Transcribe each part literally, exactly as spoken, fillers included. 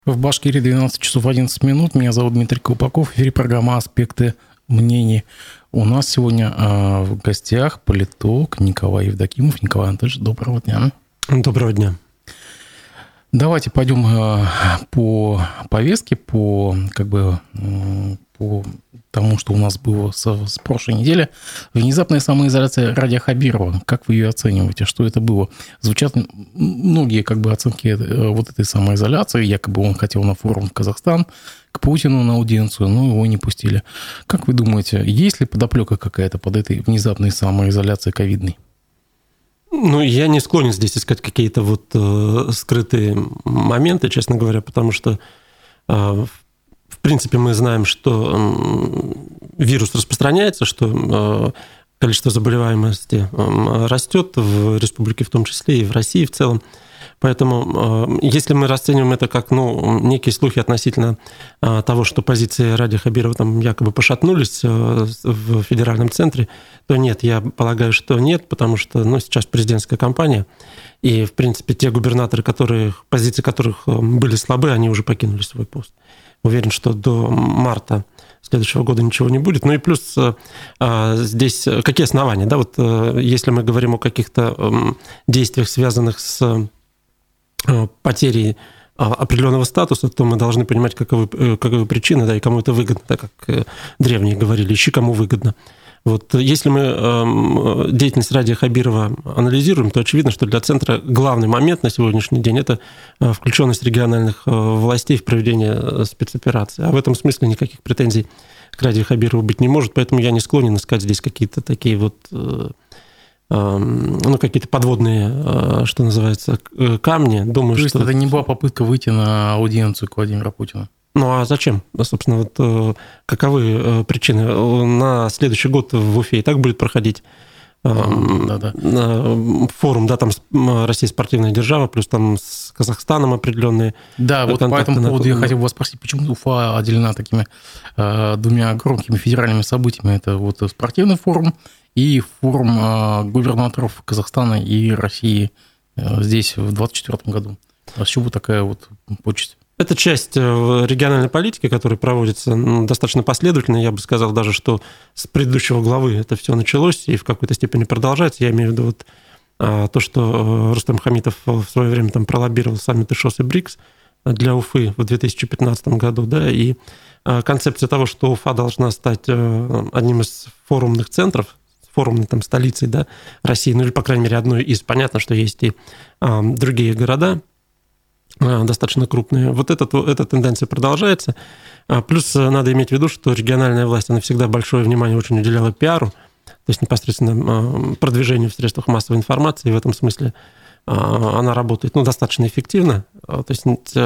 В Башкирии двенадцать часов одиннадцать минут. Меня зовут Дмитрий Колпаков. В эфире программа «Аспекты мнений». У нас сегодня э, в гостях политолог Николай Евдокимов. Николай Анатольевич, доброго дня. Доброго дня. Давайте пойдем э, по повестке, по, как бы, э, по тому, что у нас было с, с прошлой недели. Внезапная самоизоляция Радия Хабирова. Как вы ее оцениваете? Что это было? Звучат многие как бы, оценки вот этой самоизоляции. Якобы он хотел на форум в Казахстан, к Путину на аудиенцию, но его не пустили. Как вы думаете, есть ли подоплека какая-то под этой внезапной самоизоляцией ковидной? Ну, я не склонен здесь искать какие-то вот э, скрытые моменты, честно говоря, потому что, э, в принципе, мы знаем, что э, вирус распространяется, что э, количество заболеваемости э, растет в республике в том числе и в России в целом. Поэтому, если мы расцениваем это как ну, некие слухи относительно того, что позиции Радия Хабирова там якобы пошатнулись в федеральном центре, то нет, я полагаю, что нет, потому что ну, сейчас президентская кампания, и, в принципе, те губернаторы, которые, позиции которых были слабы, они уже покинули свой пост. Уверен, что до марта следующего года ничего не будет. Ну и плюс здесь какие основания? Да, вот если мы говорим о каких-то действиях, связанных с потери определенного статуса, то мы должны понимать, каковы, каковы причины, да, и кому это выгодно, так как древние говорили, ищи, кому выгодно. Вот если мы деятельность Радия Хабирова анализируем, то очевидно, что для Центра главный момент на сегодняшний день – это включенность региональных властей в проведение спецоперации. А в этом смысле никаких претензий к Радию Хабирову быть не может, поэтому я не склонен искать здесь какие-то такие вот ну, какие-то подводные, что называется, камни. Думаю, То есть что... это не была попытка выйти на аудиенцию к Владимиру Путину? Ну, а зачем? Собственно, вот каковы причины? На следующий год в Уфе и так будет проходить да, да. форум, да, там Россия спортивная держава, плюс там с Казахстаном определенные. Да, вот по этому поводу я хотел вас спросить, почему Уфа отделена такими двумя громкими федеральными событиями? Это вот спортивный форум и форум губернаторов Казахстана и России здесь в двадцать четвёртом году. А с чего такая вот почесть? Это часть региональной политики, которая проводится ну, достаточно последовательно. Я бы сказал даже, что с предыдущего главы это все началось и в какой-то степени продолжается. Я имею в виду вот то, что Рустам Хамитов в свое время там пролоббировал саммиты ШОС и БРИКС для Уфы в две тысячи пятнадцатом году, да, и концепция того, что Уфа должна стать одним из форумных центров, форумной там столицей, да, России, ну или, по крайней мере, одной из. Понятно, что есть и а, другие города а, достаточно крупные. Вот эта, эта тенденция продолжается. А, плюс надо иметь в виду, что региональная власть, она всегда большое внимание очень уделяла пиару, то есть непосредственно а, продвижению в средствах массовой информации. И в этом смысле а, она работает ну, достаточно эффективно. То есть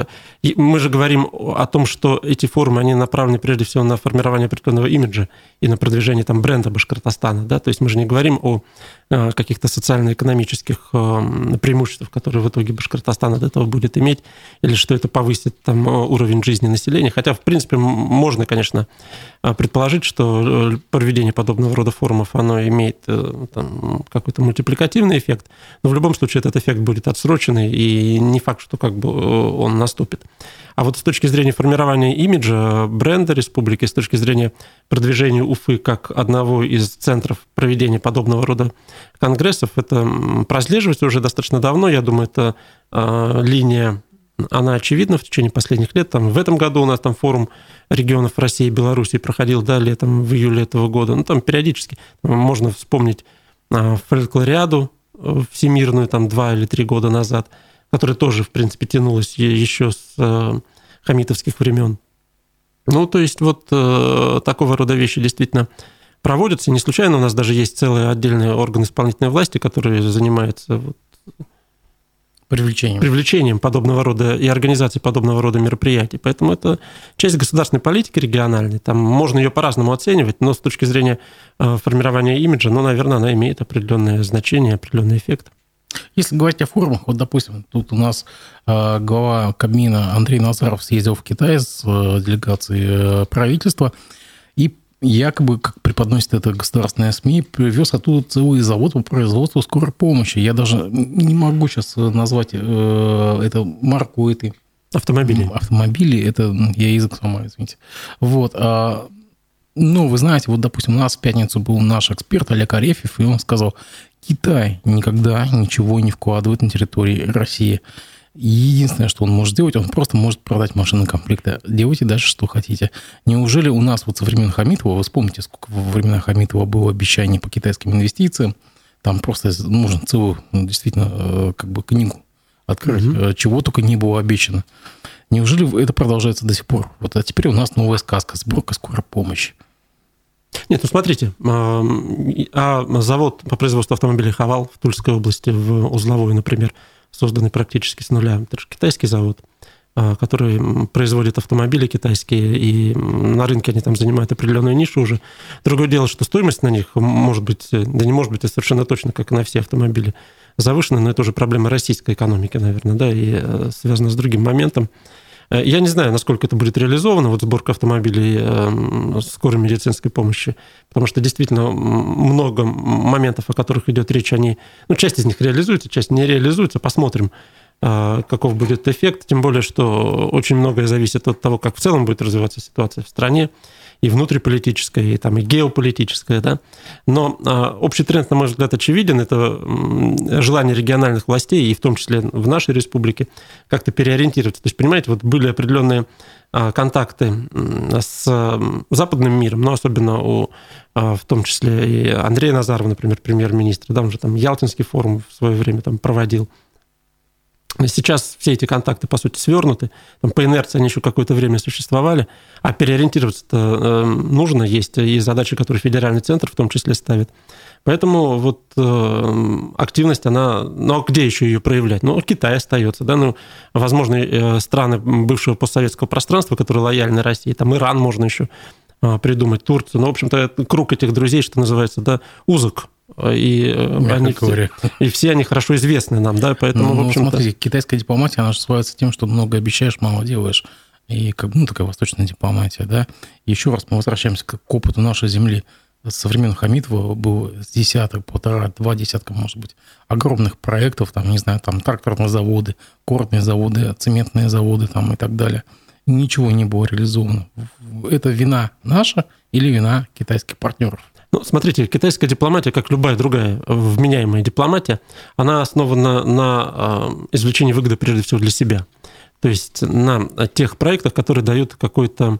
мы же говорим о том, что эти форумы, они направлены прежде всего на формирование определенного имиджа и на продвижение там, бренда Башкортостана. Да? То есть мы же не говорим о каких-то социально-экономических преимуществах, которые в итоге Башкортостан от этого будет иметь, или что это повысит там, уровень жизни населения. Хотя, в принципе, можно, конечно, предположить, что проведение подобного рода форумов, оно имеет там, какой-то мультипликативный эффект, но в любом случае этот эффект будет отсроченный, и не факт, что как бы он наступит. А вот с точки зрения формирования имиджа, бренда республики, с точки зрения продвижения Уфы как одного из центров проведения подобного рода конгрессов, это прослеживается уже достаточно давно. Я думаю, эта э, линия, она очевидна в течение последних лет. Там, в этом году у нас там форум регионов России и Белоруссии проходил, да, летом, в июле этого года. Ну, там периодически можно вспомнить э, фольклориаду всемирную, там, два или три года назад, которая тоже, в принципе, тянулась еще с э, хамитовских времен. Ну, то есть вот э, такого рода вещи действительно проводятся. И не случайно у нас даже есть целый отдельный орган исполнительной власти, который занимается вот, привлечением. привлечением подобного рода и организацией подобного рода мероприятий. Поэтому это часть государственной политики региональной. Там можно ее по-разному оценивать, но с точки зрения э, формирования имиджа, ну, наверное, она имеет определенное значение, определенный эффект. Если говорить о форумах, вот, допустим, тут у нас э, глава Кабмина Андрей Назаров съездил в Китай с э, делегацией э, правительства, и якобы, как преподносит это государственная СМИ, привез оттуда целый завод по производству скорой помощи. Я даже не могу сейчас назвать э, это марку этой Автомобили. Автомобили, это я язык сломаю, извините. Вот. А, ну, вы знаете, вот, допустим, у нас в пятницу был наш эксперт Олег Арефьев, и он сказал, Китай никогда ничего не вкладывает на территории России. Единственное, что он может сделать, он просто может продать машины комплекта. Делайте дальше, что хотите. Неужели у нас вот со времен Хамитова, вы вспомните, сколько во времена Хамитова было обещаний по китайским инвестициям, там просто нужно целую, действительно, как бы книгу открыть, угу. чего только не было обещано. Неужели это продолжается до сих пор? Вот, а теперь у нас новая сказка, сборка скорой помощи. Нет, ну смотрите, а завод по производству автомобилей «Хавал» в Тульской области, в Узловой, например, созданный практически с нуля, это же китайский завод, который производит автомобили китайские, и на рынке они там занимают определенную нишу уже. Другое дело, что стоимость на них может быть, да не может быть, это совершенно точно, как и на все автомобили, завышена, но это уже проблема российской экономики, наверное, да, и связана с другим моментом. Я не знаю, насколько это будет реализовано, вот сборка автомобилей скорой медицинской помощи, потому что действительно много моментов, о которых идет речь, они, ну, часть из них реализуется, часть не реализуется, посмотрим, каков будет эффект, тем более, что очень многое зависит от того, как в целом будет развиваться ситуация в стране, и внутриполитическая, и, там, и геополитическая, да. Но а, общий тренд, на мой взгляд, очевиден. Это желание региональных властей, и в том числе в нашей республике, как-то переориентироваться. То есть, понимаете, вот были определенные а, контакты с а, западным миром, но особенно у, а, в том числе и Андрея Назарова, например, премьер-министра, да, он же там Ялтинский форум в свое время там проводил. Сейчас все эти контакты, по сути, свернуты. Там, по инерции они еще какое-то время существовали, а переориентироваться-то нужно. Есть и задачи, которые федеральный центр в том числе ставит. Поэтому вот э, активность, она... Ну, а где еще ее проявлять? Ну, Китай остается, да, ну, возможно, э, страны бывшего постсоветского пространства, которые лояльны России, там Иран можно еще э, придумать, Турцию. Ну, в общем-то, круг этих друзей, что называется, да, узок. И, они все, и все они хорошо известны нам, да, поэтому, ну, в общем-то... Смотрите, китайская дипломатия, она же славится тем, что много обещаешь, мало делаешь. И как ну, такая восточная дипломатия, да. Еще раз мы возвращаемся к опыту нашей земли. Со времен Хамитова было десяток, полтора, два десятка, может быть, огромных проектов, там, не знаю, там тракторные заводы, кортные заводы, цементные заводы там, и так далее. Ничего не было реализовано. Это вина наша или вина китайских партнеров? Ну, смотрите, китайская дипломатия, как любая другая вменяемая дипломатия, она основана на извлечении выгоды прежде всего для себя. То есть на тех проектах, которые дают какой-то,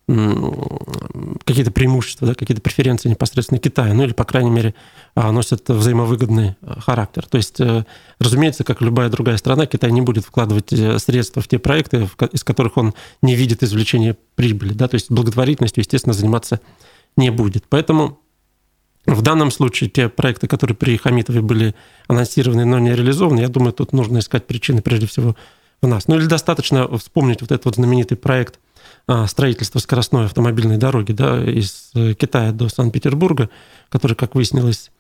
какие-то преимущества, да, какие-то преференции непосредственно Китаю, ну или, по крайней мере, носят взаимовыгодный характер. То есть, разумеется, как любая другая страна, Китай не будет вкладывать средства в те проекты, из которых он не видит извлечения прибыли. Да? То есть благотворительностью, естественно, заниматься не будет. Поэтому в данном случае те проекты, которые при Хамитове были анонсированы, но не реализованы, я думаю, тут нужно искать причины прежде всего в нас. Ну или достаточно вспомнить вот этот вот знаменитый проект строительства скоростной автомобильной дороги, да, из Китая до Санкт-Петербурга, который, как выяснилось,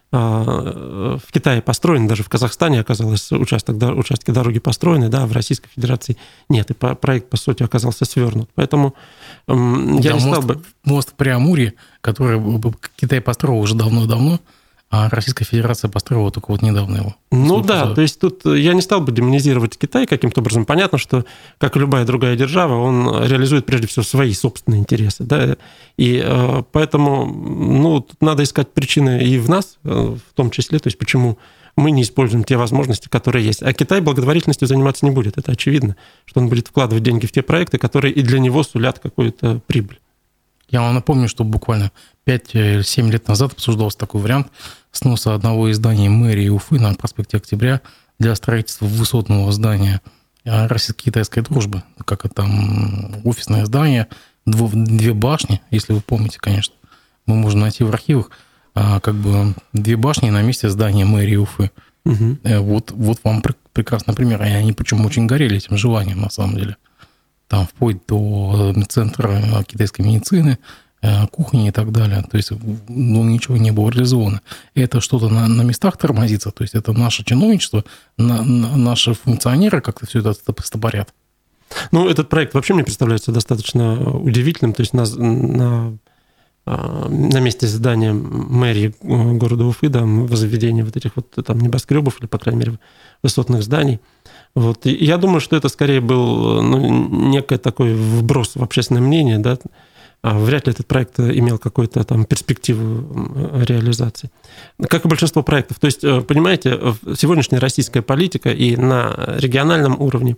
в Китае построен, даже в Казахстане оказалось участок, участки дороги построены, да, в Российской Федерации нет, и проект, по сути, оказался свернут. Поэтому я да, не стал мост, бы... Мост в Преамурье, который Китай построил уже давно-давно, а Российская Федерация построила только вот недавно его. Ну да, за... то есть тут я не стал бы демонизировать Китай каким-то образом. Понятно, что, как и любая другая держава, он реализует прежде всего свои собственные интересы. Да? И э, поэтому ну, тут надо искать причины и в нас, э, в том числе, то есть почему мы не используем те возможности, которые есть. А Китай благотворительностью заниматься не будет. Это очевидно, что он будет вкладывать деньги в те проекты, которые и для него сулят какую-то прибыль. Я вам напомню, что буквально пять-семь лет назад обсуждался такой вариант сноса одного из зданий мэрии Уфы на проспекте Октября для строительства высотного здания российско-китайской дружбы. Как это там офисное здание, две башни, если вы помните, конечно. Мы можем найти в архивах как бы две башни на месте здания мэрии Уфы. Угу. Вот, вот вам прекрасный пример. И они причем очень горели этим желанием, на самом деле. Там вплоть до центра китайской медицины, кухни и так далее. То есть ну, ничего не было реализовано. Это что-то на, на местах тормозится, то есть это наше чиновничество, на, на, наши функционеры как-то все это стопорят. Ну, этот проект вообще мне представляется достаточно удивительным. То есть на, на на месте здания мэрии города Уфы, да, возведение вот этих вот там небоскребов или, по крайней мере, высотных зданий. Вот. И я думаю, что это скорее был ну, некий такой вброс в общественное мнение, да, вряд ли этот проект имел какую-то там перспективу реализации. Как и большинство проектов. То есть, понимаете, сегодняшняя российская политика и на региональном уровне,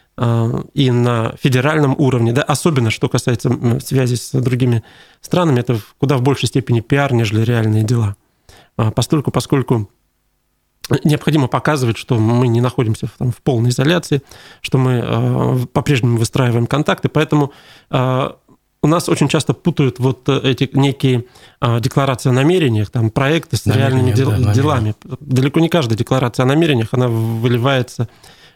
и на федеральном уровне, да, особенно что касается связи с другими странами, это куда в большей степени пиар, нежели реальные дела. Постольку, поскольку необходимо показывать, что мы не находимся в, там, в полной изоляции, что мы по-прежнему выстраиваем контакты, поэтому у нас очень часто путают вот эти некие декларации о намерениях, там, проекты с намерения, реальными дел, да, делами. Далеко не каждая декларация о намерениях, она выливается,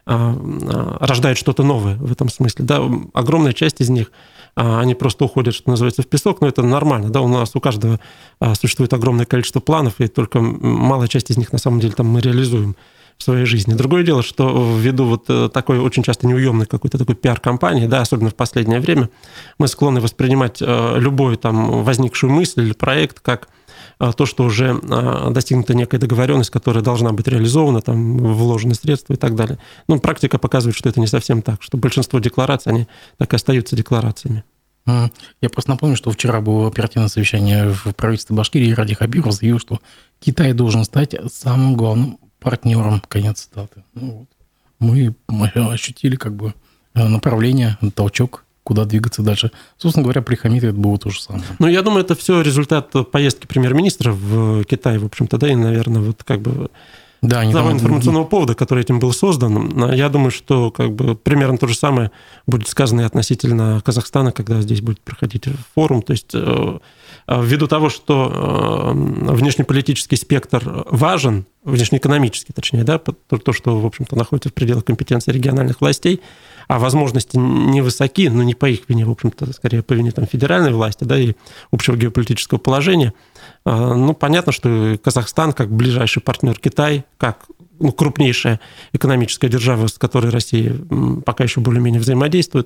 рождает что-то новое в этом смысле. Да, огромная часть из них, они просто уходят, что называется, в песок, но это нормально. Да, у нас у каждого существует огромное количество планов, и только малая часть из них на самом деле там мы реализуем в своей жизни. Другое дело, что ввиду вот такой очень часто неуемной какой-то такой пиар-компании, да, особенно в последнее время, мы склонны воспринимать любую там возникшую мысль или проект как то, что уже достигнута некая договоренность, которая должна быть реализована, там вложены средства и так далее. Но практика показывает, что это не совсем так, что большинство деклараций, они так и остаются декларациями. Я просто напомню, что вчера было оперативное совещание в правительстве Башкирии, Ради Хабиров заявил, что Китай должен стать самым главным партнером, конец цитаты. Ну, вот. мы, мы ощутили как бы направление, толчок, куда двигаться дальше. Собственно говоря, при Хамите это было то же самое. Ну, я думаю, это все результат поездки премьер-министра в Китай, в общем-то, да, и, наверное, вот как бы да, того там... информационного повода, который этим был создан. Я думаю, что как бы примерно то же самое будет сказано и относительно Казахстана, когда здесь будет проходить форум. То есть ввиду того, что внешнеполитический спектр важен, внешнеэкономический, точнее, да, то, что, в общем-то, находится в пределах компетенции региональных властей, а возможности невысоки, но не по их вине, в общем-то, скорее по вине там, федеральной власти, да, и общего геополитического положения. Ну, понятно, что Казахстан, как ближайший партнер Китай, как ну, крупнейшая экономическая держава, с которой Россия пока еще более-менее взаимодействует,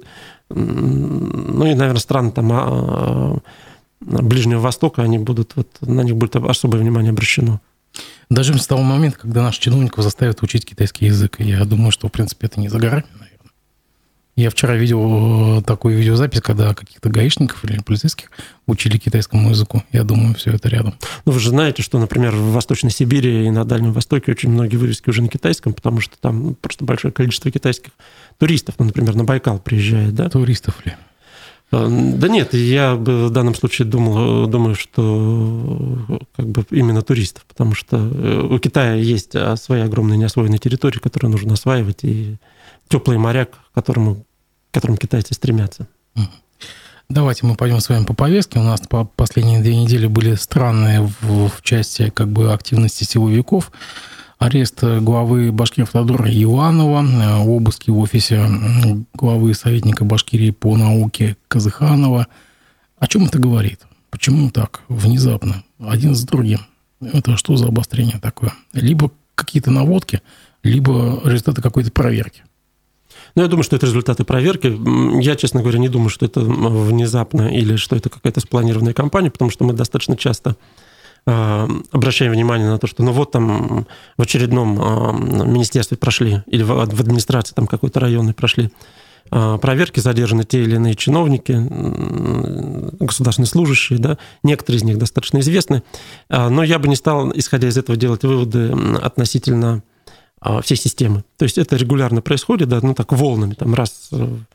ну и, наверное, страны там Ближнего Востока, они будут, вот, на них будет особое внимание обращено. Даже с того момента, когда наших чиновников заставят учить китайский язык, я думаю, что, в принципе, это не за горами, наверное. Я вчера видел такую видеозапись, когда каких-то гаишников или полицейских учили китайскому языку. Я думаю, все это рядом. Ну, вы же знаете, что, например, в Восточной Сибири и на Дальнем Востоке очень многие вывески уже на китайском, потому что там просто большое количество китайских туристов, ну, например, на Байкал приезжает, да? Туристов ли? Да нет, я в данном случае думал, думаю, что как бы именно туристов, потому что у Китая есть свои огромные неосвоенные территории, которые нужно осваивать, и теплый моря, к которому, к которым китайцы стремятся. Давайте мы пойдем с вами по повестке. У нас по последние две недели были странные в, в части как бы активности силовиков. Арест главы Башкиравтодора Иванова, обыски в офисе главы советника Башкирии по науке Казыханова. О чем это говорит? Почему так внезапно, один за другим? Это что за обострение такое? Либо какие-то наводки, либо результаты какой-то проверки. Ну, я думаю, что это результаты проверки. Я, честно говоря, не думаю, что это внезапно или что это какая-то спланированная кампания, потому что мы достаточно часто обращаем внимание на то, что ну вот там в очередном министерстве прошли, или в администрации там какой-то районной прошли проверки, задержаны те или иные чиновники, государственные служащие, да, некоторые из них достаточно известны, но я бы не стал, исходя из этого, делать выводы относительно всей системы. То есть это регулярно происходит, да, ну так волнами, там раз...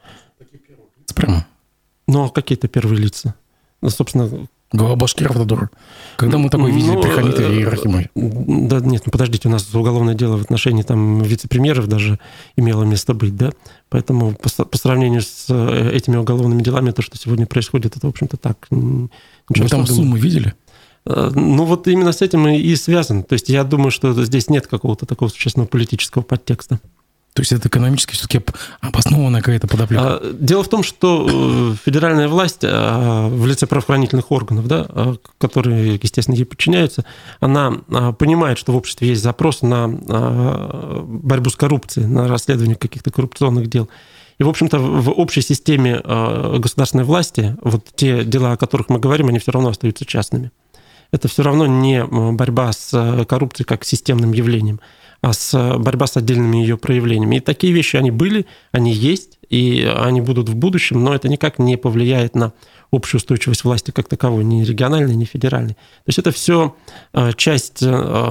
Прямо. Ну, а какие-то первые лица? Ну, собственно... Глава Башкиравтодора. Когда мы такой видели ну, при Хамите и Рахимове? Да нет, ну подождите, у нас уголовное дело в отношении там вице-премьеров даже имело место быть, да? Поэтому по, по сравнению с этими уголовными делами, то, что сегодня происходит, это, в общем-то, так... Вы там суммы видели? Ну, вот именно с этим и связано. То есть я думаю, что здесь нет какого-то такого существенного политического подтекста. То есть это экономически все-таки обоснованная какая-то подоплека? Дело в том, что федеральная власть в лице правоохранительных органов, да, которые, естественно, ей подчиняются, она понимает, что в обществе есть запрос на борьбу с коррупцией, на расследование каких-то коррупционных дел. И, в общем-то, в общей системе государственной власти вот те дела, о которых мы говорим, они все равно остаются частными. Это все равно не борьба с коррупцией как системным явлением, а с борьба с отдельными ее проявлениями. И такие вещи, они были, они есть, и они будут в будущем, но это никак не повлияет на общую устойчивость власти как таковой, ни региональной, ни федеральной. То есть это все часть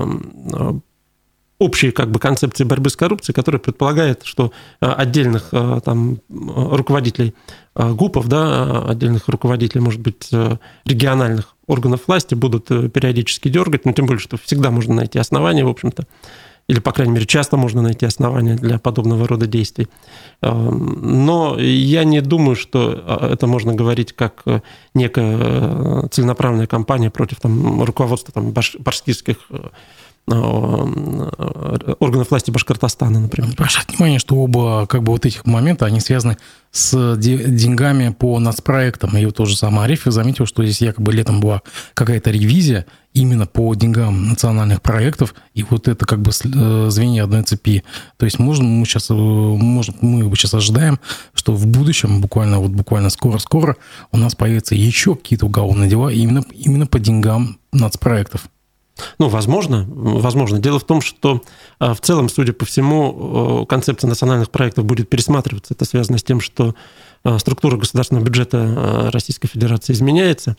общей как бы концепции борьбы с коррупцией, которая предполагает, что отдельных там руководителей ГУПов, да, отдельных руководителей, может быть, региональных органов власти будут периодически дергать, но тем более, что всегда можно найти основания, в общем-то, или, по крайней мере, часто можно найти основания для подобного рода действий. Но я не думаю, что это можно говорить как некая целенаправленная кампания против там, руководства там, башкирских органов власти Башкортостана, например. Прошу внимание, что оба как бы вот этих момента, они связаны с деньгами по нацпроектам. И вот тот же самый Арефьев заметил, что здесь якобы летом была какая-то ревизия именно по деньгам национальных проектов, и вот это как бы звенья одной цепи. То есть можно мы сейчас, может, мы сейчас ожидаем, что в будущем, буквально вот буквально скоро-скоро у нас появятся еще какие-то уголовные дела именно, именно по деньгам нацпроектов. Ну, возможно, возможно. Дело в том, что в целом, судя по всему, концепция национальных проектов будет пересматриваться. Это связано с тем, что структура государственного бюджета Российской Федерации изменяется.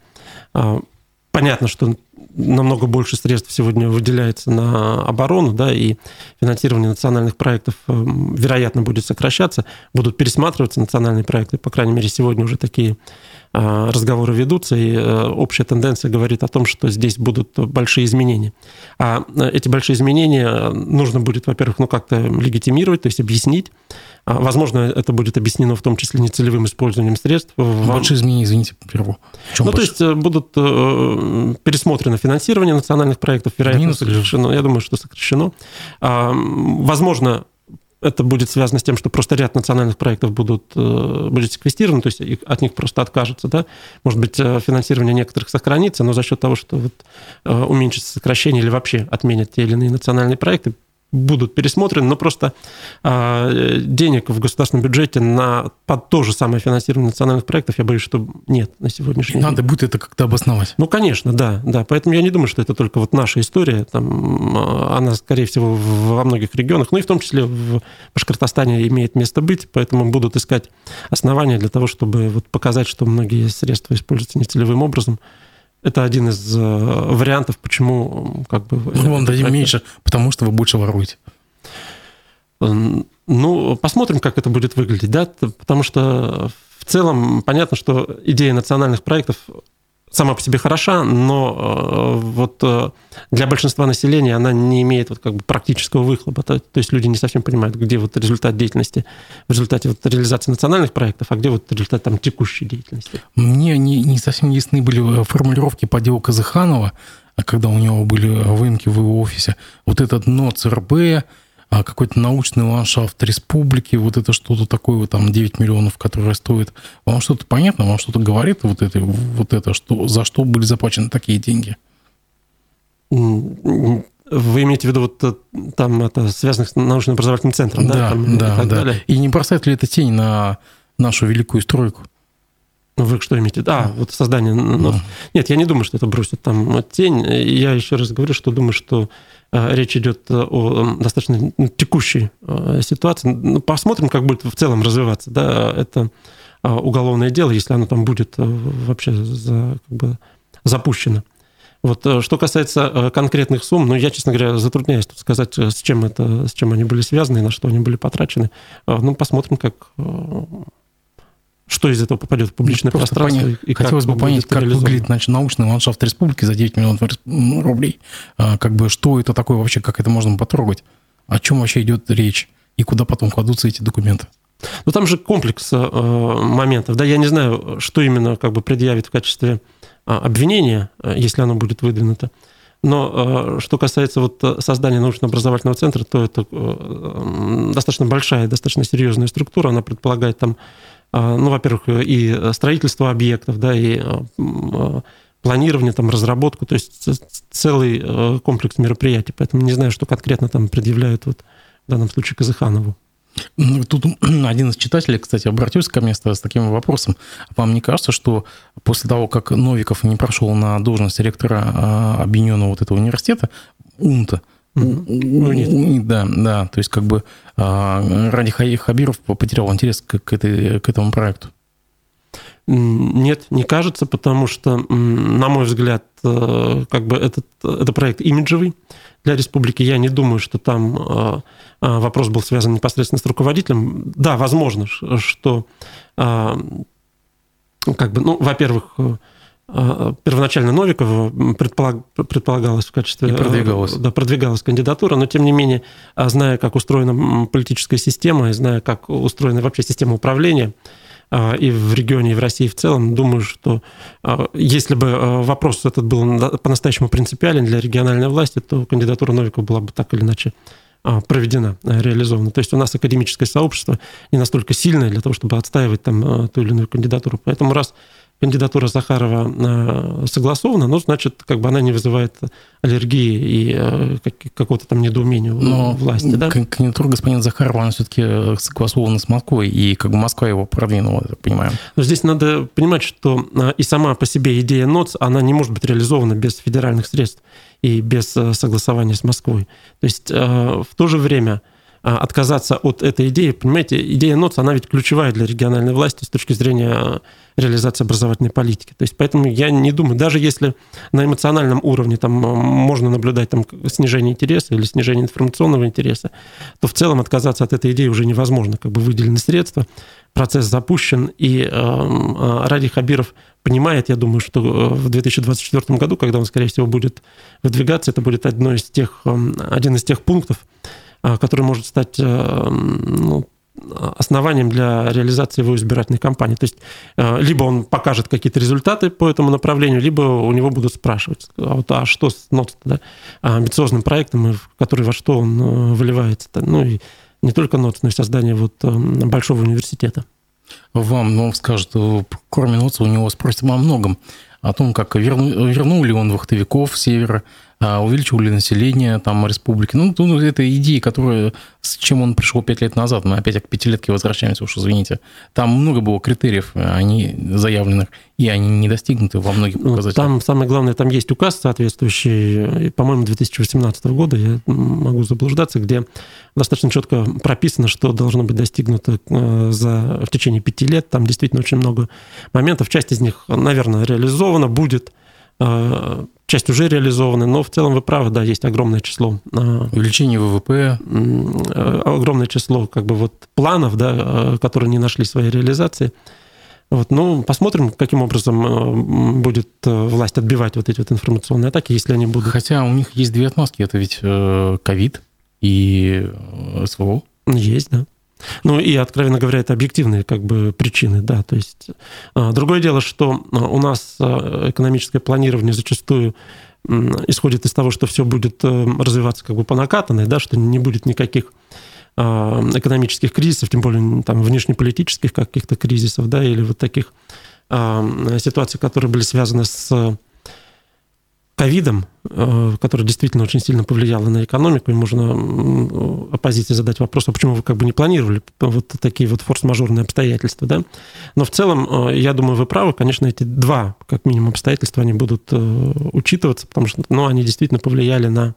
Понятно, что намного больше средств сегодня выделяется на оборону, да, и финансирование национальных проектов, вероятно, будет сокращаться, будут пересматриваться национальные проекты. По крайней мере, сегодня уже такие разговоры ведутся, и общая тенденция говорит о том, что здесь будут большие изменения. А эти большие изменения нужно будет, во-первых, ну, как-то легитимировать, то есть объяснить. Возможно, это будет объяснено в том числе нецелевым использованием средств. Большие изменения, извините, первого. Ну, то есть будут пересмотрено финансирование национальных проектов, вероятно, Минус сокращено. Я думаю, что сокращено. Возможно, это будет связано с тем, что просто ряд национальных проектов будут, будет секвестирован, то есть от них просто откажутся. Да? Может быть, финансирование некоторых сохранится, но за счет того, что вот уменьшится сокращение или вообще отменят те или иные национальные проекты, будут пересмотрены, но просто денег в государственном бюджете на под то же самое финансирование национальных проектов, я боюсь, что нет на сегодняшний день. Надо будет это как-то обосновать. Ну, конечно, да, да. Поэтому я не думаю, что это только вот наша история. Там, она, скорее всего, во многих регионах, ну и в том числе в Башкортостане имеет место быть, поэтому будут искать основания для того, чтобы вот показать, что многие средства используются нецелевым образом. Это один из вариантов, почему как бы... Мы вам дадим меньше, потому что вы больше воруете. Ну, посмотрим, как это будет выглядеть, да, потому что в целом понятно, что идея национальных проектов сама по себе хороша, но вот для большинства населения она не имеет вот как бы практического выхлопа. То, то есть люди не совсем понимают, где вот результат деятельности в результате вот реализации национальных проектов, а где вот результат там текущей деятельности. Мне не, не совсем ясны были формулировки по делу Казыханова, когда у него были выемки в его офисе. Вот этот НО ЦРБ, какой-то научный ландшафт республики, вот это что-то такое, вот там девять миллионов, которое стоит. Вам что-то понятно? Вам что-то говорит вот это, вот это что, за что были заплачены такие деньги? Вы имеете в виду, вот там это связано с научно-образовательным центром, да? Да, там, да, и да. Далее? И не бросает ли это тень на нашу великую стройку? Вы что имеете? А, вот создание... Ну, нет, я не думаю, что это бросит там тень. Я еще раз говорю, что думаю, что речь идет о достаточно текущей ситуации. Ну, посмотрим, как будет в целом развиваться. Да, это уголовное дело, если оно там будет вообще за, как бы, запущено. Вот, что касается конкретных сумм, ну, я, честно говоря, затрудняюсь тут сказать, с чем, это, с чем они были связаны и на что они были потрачены. Ну, посмотрим, как... что из этого попадет в публичное Просто пространство. Понять, и хотелось бы понять, как выглядит значит, научный ландшафт республики за девять миллионов рублей. Как бы, что это такое вообще, как это можно потрогать? О чем вообще идет речь? И куда потом кладутся эти документы? Ну, там же комплекс моментов. Да? Я не знаю, что именно как бы предъявит в качестве обвинения, если оно будет выдвинуто. Но что касается вот создания научно-образовательного центра, то это достаточно большая, достаточно серьезная структура. Она предполагает там, ну, во-первых, и строительство объектов, да, и планирование, там, разработку, то есть целый комплекс мероприятий. Поэтому не знаю, что конкретно там предъявляют вот в данном случае Казыханову. Тут один из читателей, кстати, обратился ко мне с, с таким вопросом. Вам не кажется, что после того, как Новиков не прошел на должность ректора объединенного вот этого университета, УНТа, mm-hmm. да, да, то есть как бы Ради Хабиров потерял интерес к, к, этой, к этому проекту? Нет, не кажется, потому что, на мой взгляд, как бы этот, это проект имиджевый для республики. Я не думаю, что там вопрос был связан непосредственно с руководителем. Да, возможно, что, как бы, ну, во-первых, первоначально Новикова предполаг, предполагалась в качестве... И продвигалась. Да, продвигалась кандидатура, но, тем не менее, зная, как устроена политическая система, и зная, как устроена вообще система управления, и в регионе, и в России в целом, думаю, что если бы вопрос этот был по-настоящему принципиален для региональной власти, то кандидатура Новикова была бы так или иначе проведена, реализована. То есть у нас академическое сообщество не настолько сильное для того, чтобы отстаивать там ту или иную кандидатуру. Поэтому раз кандидатура Захарова согласована, ну, значит, как бы она не вызывает аллергии и какого-то там недоумения у власти. Да? Кандидатура господина Захарова, она все-таки согласована с Москвой, и как бы Москва его продвинула, я понимаю. Но здесь надо понимать, что и сама по себе идея НОЦ, она не может быть реализована без федеральных средств и без согласования с Москвой. То есть в то же время отказаться от этой идеи, понимаете, идея НОЦ, она ведь ключевая для региональной власти с точки зрения реализации образовательной политики. То есть поэтому я не думаю, даже если на эмоциональном уровне там можно наблюдать там снижение интереса или снижение информационного интереса, то в целом отказаться от этой идеи уже невозможно. Как бы выделены средства, процесс запущен, и э, Ради Хабиров понимает, я думаю, что в две тысячи двадцать четвёртом году, когда он, скорее всего, будет выдвигаться, это будет одно из тех, один из тех пунктов, который может стать, ну, основанием для реализации его избирательной кампании. То есть либо он покажет какие-то результаты по этому направлению, либо у него будут спрашивать, а, вот, а что с НОЦ, да, амбициозным проектом, в который во что он выливается. Ну и не только НОЦ, но и создание вот большого университета. Вам, ну, скажут, кроме НОЦ, у него спросят о многом. О том, как вернул, вернул ли он вахтовиков с севера, увеличил ли население там республики. Ну, ну, это идеи, которые, с чем он пришел пять лет назад. Мы опять к пятилетке возвращаемся, уж извините. Там много было критериев, они заявленных, и они не достигнуты во многих показателях. Там самое главное, там есть указ соответствующий, по-моему, две тысячи восемнадцатого года, я могу заблуждаться, где достаточно четко прописано, что должно быть достигнуто за, в течение пяти лет. Там действительно очень много моментов. Часть из них, наверное, реализована будет, часть уже реализована, но в целом вы правы, да, есть огромное число. Увеличение ВВП. Огромное число как бы вот планов, да, которые не нашли своей реализации. Вот, ну, посмотрим, каким образом будет власть отбивать вот эти вот информационные атаки, если они будут. Хотя у них есть две отмазки, это ведь ковид и СВО. Есть, да. Ну и, откровенно говоря, это объективные как бы причины, да. То есть другое дело, что у нас экономическое планирование зачастую исходит из того, что все будет развиваться как бы по накатанной, да, что не будет никаких экономических кризисов, тем более там внешнеполитических каких-то кризисов, да, или вот таких ситуаций, которые были связаны с ковидом, который действительно очень сильно повлиял на экономику, и можно оппозиции задать вопрос, а почему вы как бы не планировали вот такие вот форс-мажорные обстоятельства, да? Но в целом, я думаю, вы правы, конечно, эти два, как минимум, обстоятельства, они будут учитываться, потому что, ну, они действительно повлияли на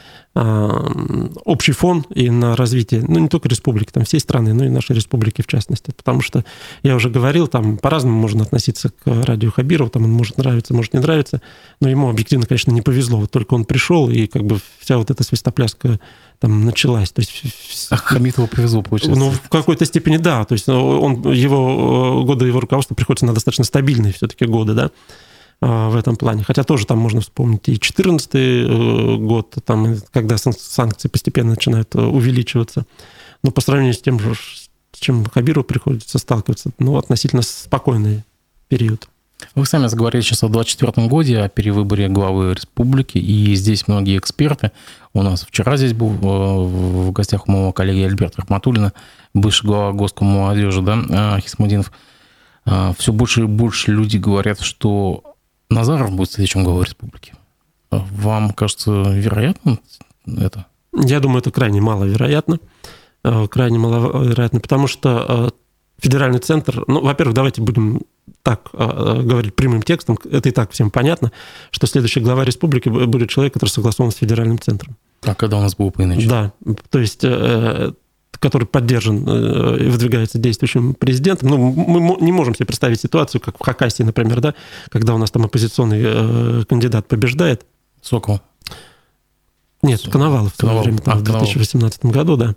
общий фон и на развитие, ну, не только республики, там, всей страны, но и нашей республики в частности. Потому что, я уже говорил, там по-разному можно относиться к Радию Хабирову, там он может нравиться, может не нравиться, но ему объективно, конечно, не повезло. Вот только он пришел, и как бы вся вот эта свистопляска там началась. То есть, а Хамитову повезло, получается? Ну, в какой-то степени да. То есть он, его годы его руководства приходятся на достаточно стабильные все-таки годы, да, в этом плане. Хотя тоже там можно вспомнить и две тысячи четырнадцатый год, там, когда санкции постепенно начинают увеличиваться. Но по сравнению с тем, с чем Хабирову приходится сталкиваться, ну, относительно спокойный период. Вы сами заговорили сейчас о двадцать четвёртом годе, о перевыборе главы республики, и здесь многие эксперты. У нас вчера здесь был в гостях у моего коллеги Альберта Рахматуллина, бывший глава Госкоммолодежи, да, Хисмудинов. Все больше и больше люди говорят, что Назаров будет следующим главой республики. Вам кажется вероятно это? Я думаю, это крайне маловероятно. крайне маловероятно, потому что федеральный центр, ну, во-первых, давайте будем так говорить прямым текстом, это и так всем понятно, что следующий глава республики будет человек, который согласован с федеральным центром. А когда у нас было по-иначе? Да, то есть который поддержан и выдвигается действующим президентом. Ну, мы не можем себе представить ситуацию, как в Хакасии, например, да, когда у нас там оппозиционный кандидат побеждает. Сокол. Нет, Коновалов в свое время, там, а, в две тысячи восемнадцатом году, да.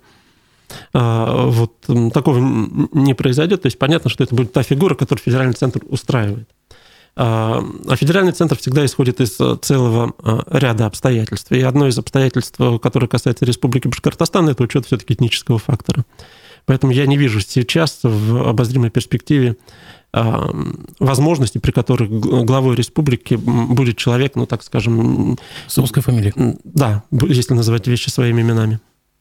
А, вот такого не произойдет. То есть понятно, что это будет та фигура, которую федеральный центр устраивает. А федеральный центр всегда исходит из целого ряда обстоятельств. И одно из обстоятельств, которое касается Республики Башкортостан, это учет все-таки этнического фактора. Поэтому я не вижу сейчас в обозримой перспективе возможности, при которых главой республики будет человек, ну, так скажем... С русской фамилией. Да, если называть вещи своими именами.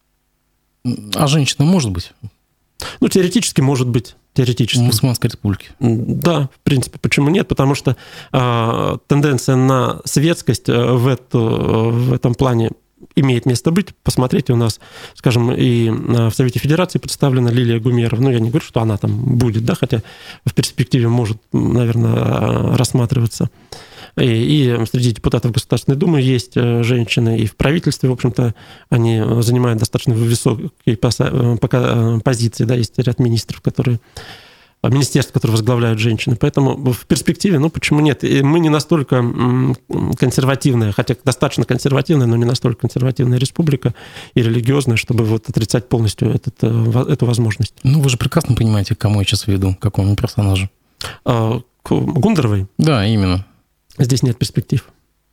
А женщина может быть? Ну, теоретически может быть. Теоретически. В Мусульманской республике. Да, в принципе, почему нет? Потому что э, тенденция на светскость в, эту, в этом плане имеет место быть. Посмотрите, у нас, скажем, и в Совете Федерации представлена Лилия Гумерова. Ну, я не говорю, что она там будет, да, хотя в перспективе может, наверное, рассматриваться. И, и среди депутатов Государственной Думы есть женщины, и в правительстве, в общем-то, они занимают достаточно высокие позиции, да, есть ряд министров, которые, министерств, которые возглавляют женщины. Поэтому в перспективе, ну, почему нет? И мы не настолько консервативная, хотя достаточно консервативная, но не настолько консервативная республика и религиозная, чтобы вот отрицать полностью этот, эту возможность. Ну, вы же прекрасно понимаете, к кому я сейчас веду, к какому персонажу. А, к Гундеровой? Да, именно. Здесь нет перспектив.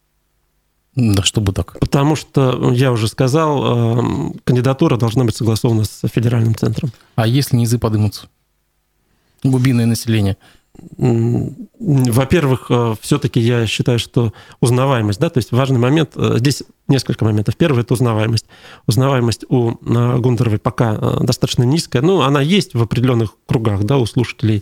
Да, чтобы так. Потому что, я уже сказал, кандидатура должна быть согласована с федеральным центром. А если низы подымутся? Глубинное население? Во-первых, все-таки я считаю, что узнаваемость, да, то есть важный момент, здесь несколько моментов. Первый – это узнаваемость. Узнаваемость у Гундеровой пока достаточно низкая, но она есть в определенных кругах, да, у слушателей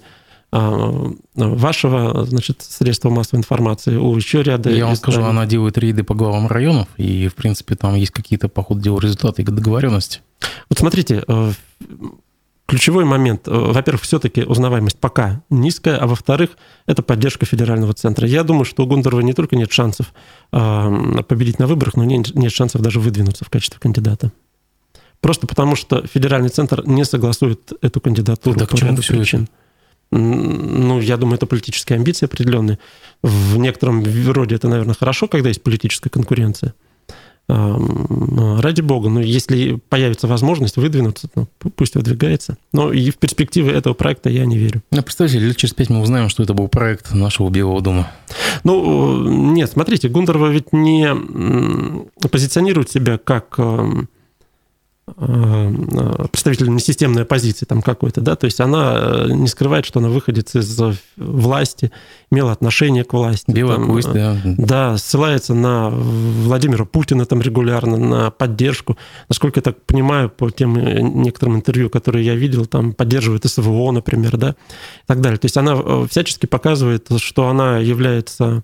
вашего, значит, средства массовой информации, у еще ряда... Я вам скажу, она делает рейды по главам районов, и, в принципе, там есть какие-то, по ходу дела, результаты и договоренности. Вот смотрите, ключевой момент. Во-первых, все-таки узнаваемость пока низкая, а во-вторых, это поддержка федерального центра. Я думаю, что у Гундеровой не только нет шансов победить на выборах, но нет шансов даже выдвинуться в качестве кандидата. Просто потому, что федеральный центр не согласует эту кандидатуру по ряду причин. Ну, я думаю, это политические амбиции определенные. В некотором роде это, наверное, хорошо, когда есть политическая конкуренция. Ради бога, но если появится возможность выдвинуться, ну, пусть выдвигается. Но и в перспективе этого проекта я не верю. Ну, представьте, лет через пять мы узнаем, что это был проект нашего Белого дома. Ну, нет, смотрите, Гундерова ведь не позиционирует себя как представитель несистемной оппозиции там какой-то, да, то есть она не скрывает, что она выходит из власти, имела отношение к власти. Белая кость, да. Да, ссылается на Владимира Путина там регулярно, на поддержку. Насколько я так понимаю, по тем некоторым интервью, которые я видел, там поддерживает СВО, например, да, и так далее. То есть она всячески показывает, что она является